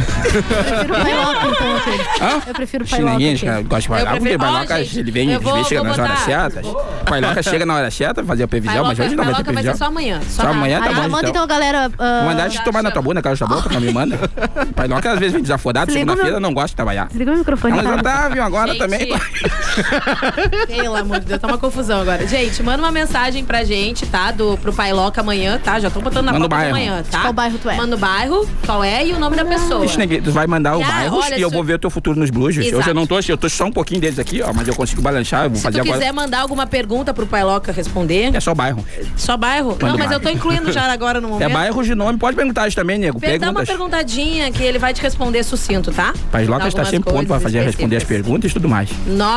Eu prefiro o Pailoca. Ninguém gosta de Pailoca, porque Pailoca, ele vem chega nas horas certas. Pailoca chega na hora certa, fazia a previsão, mas hoje não vai ter previsão. Vai ser só amanhã. Só amanhã tá bom, manda então, galera. Mandar de tomar na tua bunda, cara, tá bom, não me manda. Pailoca às vezes vem desafodado, segunda-feira não gosta de trabalhar. Desligou o microfone. Mas Otávio agora também. Pelo amor de Deus, tá uma confusão agora. Gente, manda uma mensagem pra gente, tá? Pro Pailoca amanhã, tá? Já tô botando na pauta de amanhã, tá? Qual bairro tu é? Manda o bairro, qual é e o nome da pessoa. Tu vai mandar o bairro e eu vou ver o teu futuro nos blues. Hoje eu não tô, eu tô só um pouquinho deles aqui, ó, mas eu consigo balançar, eu vou fazer agora. Se tu quiser mandar alguma pergunta pro Pailoca responder. É só bairro. Só bairro? Não, mas eu tô incluindo já agora no momento. É bairro de nome, pode perguntar isso também, nego. Dá uma perguntadinha que ele vai te responder sucinto, tá? Pailoca está sempre pronto pra responder as perguntas e tudo mais.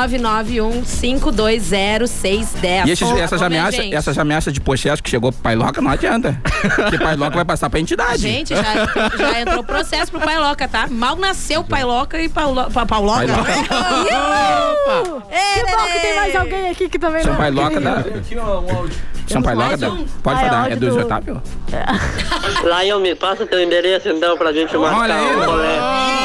991-520-610. E essas ameaças de processo que chegou pro Pailoca não adianta. Porque Pailoca vai passar pra entidade. Gente, já entrou processo pro Pailoca, tá? Mal nasceu Pailoca e Pauloca. Que bom que tem mais alguém aqui que também São Pailoca da... São Pailoca da... Pode falar, é do Otávio? Lion, me passa teu endereço então pra gente marcar um rolê.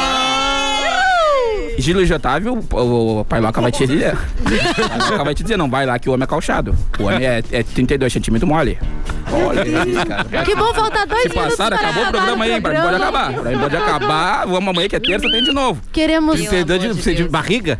Gilo de Otávio, o Pailoca vai te dizer. O Pailoca vai te dizer, não vai lá que o homem é calçado. O homem é 32 centímetros mole. Olha aí, cara. Que bom, faltar 2 minutos. Se passaram, acabou o programa aí, pode acabar. Pode acabar, vamos amanhã que é terça, tem de novo. Queremos... Você de barriga?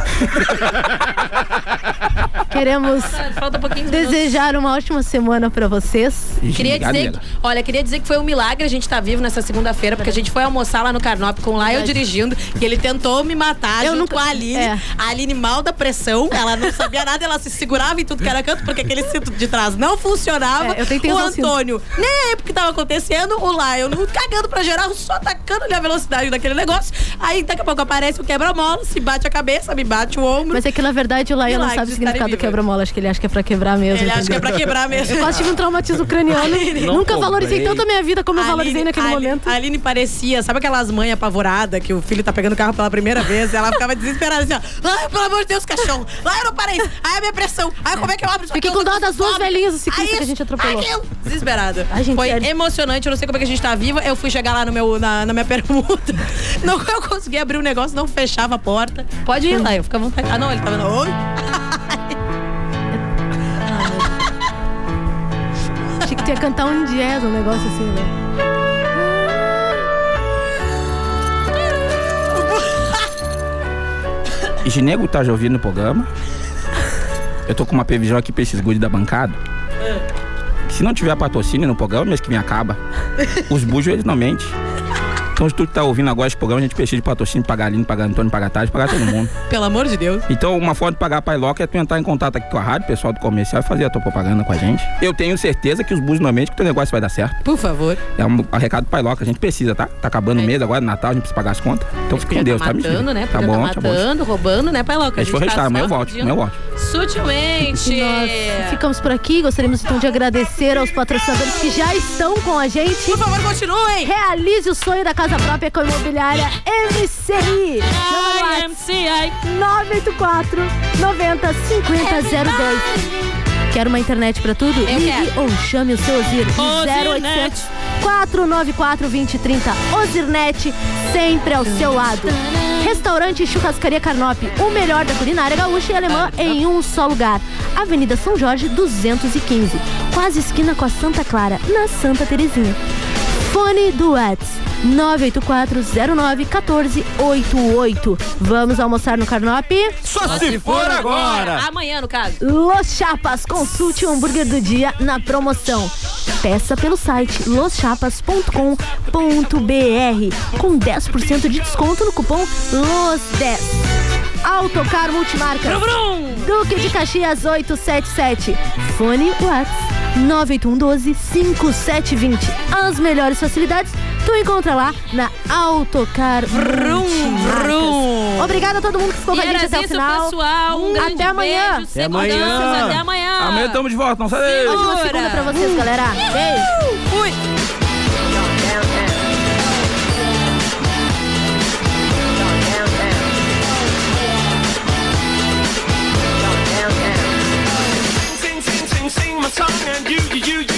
Queremos desejar uma ótima semana pra vocês. Queria dizer que foi um milagre a gente estar vivo nessa segunda-feira, porque a gente foi almoçar lá no Carnop com lá eu dirigindo, que ele tentou me matar junto com a Aline. A Aline mal da pressão, ela não sabia nada, ela se segurava em tudo que era canto, porque aquele cinto de trás não funcionava. O Antônio, nem aí porque tava acontecendo, o Lion cagando pra geral, só atacando a velocidade daquele negócio. Aí daqui a pouco aparece o quebra-mola, se bate a cabeça, me bate o ombro. Mas é que na verdade o Lion não sabe o significado do quebra-mola, acho que ele acha que é pra quebrar mesmo. Ele acha que é pra quebrar mesmo. Eu quase tive um traumatismo craniano. Nunca valorizei tanto a minha vida como eu valorizei naquele momento. A Aline parecia, sabe aquelas mães apavoradas que o filho tá pegando o carro pela primeira vez? Ela ficava desesperada assim, ó. Ai, pelo amor de Deus, cachorro. Lá eu não parei. Aí a minha pressão. Aí como é que eu abro? Fiquei com dó das 2 velhinhas do ciclista que a gente atropelou. Desesperada. Ai, gente, foi emocionante, eu não sei como é que a gente tá viva. Eu fui chegar lá na minha permuta. Não, eu consegui abrir o negócio, não fechava a porta. Pode ir lá, eu fico à vontade. Ah, não, ele tava no... Oi? Achei que tu ia cantar um jazz, um negócio assim, né? E se nego tá já ouvindo o programa, eu tô com uma previsão aqui pra esses guri da bancada. Se não tiver patrocínio no programa, mês que vem acaba. Os bujos, eles não mentem. Então, se tu tá ouvindo agora esse programa, a gente precisa de patrocínio, pagar Aline, pagar Antônio, pagar Tade, pagar todo mundo. Pelo amor de Deus. Então, uma forma de pagar a Pailoca é tu entrar em contato aqui com a rádio, pessoal do comercial, e fazer a tua propaganda com a gente. Eu tenho certeza que os bujos não mentem, que o teu negócio vai dar certo. Por favor. É um recado do Pailoca, a gente precisa, tá? Tá acabando o mês agora, Natal, a gente precisa pagar as contas. Então, fica com Deus, tá? Matando, né? Tá bom, tá matando, roubando, né, Pailoca? A gente foi registrar, amanhã eu volto, Sutilmente. Nós ficamos por aqui, gostaríamos então de agradecer aos patrocinadores que já estão com a gente. Por favor, continuem. Realize o sonho da casa própria com a imobiliária MCI. MCI 984 90 50 02. Quer uma internet pra tudo? Ligue ou chame o seu Ozir 0800 494 2030. Ozirnet, sempre ao seu lado. Restaurante Churrascaria Carnop, o melhor da culinária gaúcha e alemã em um só lugar. Avenida São Jorge 215, quase esquina com a Santa Clara, na Santa Terezinha. Fone do Whats 984091488. Vamos almoçar no Carnop? Só se for agora! Amanhã, no caso. Los Chapas, consulte o hambúrguer do dia na promoção. Peça pelo site loschapas.com.br com 10% de desconto no cupom LOS10. Autocar Multimarcas. Duque de Caxias 877. Fone WhatsApp 981125720. As melhores facilidades tu encontra lá na Autocar Multimarcas. Obrigada a todo mundo que ficou com a gente até o final. Pessoal, até amanhã. Beijo, até amanhã. Até amanhã. Amanhã estamos de volta, não sai. Ótima segunda pra vocês, galera. Beijo. Fui. Sing my song and you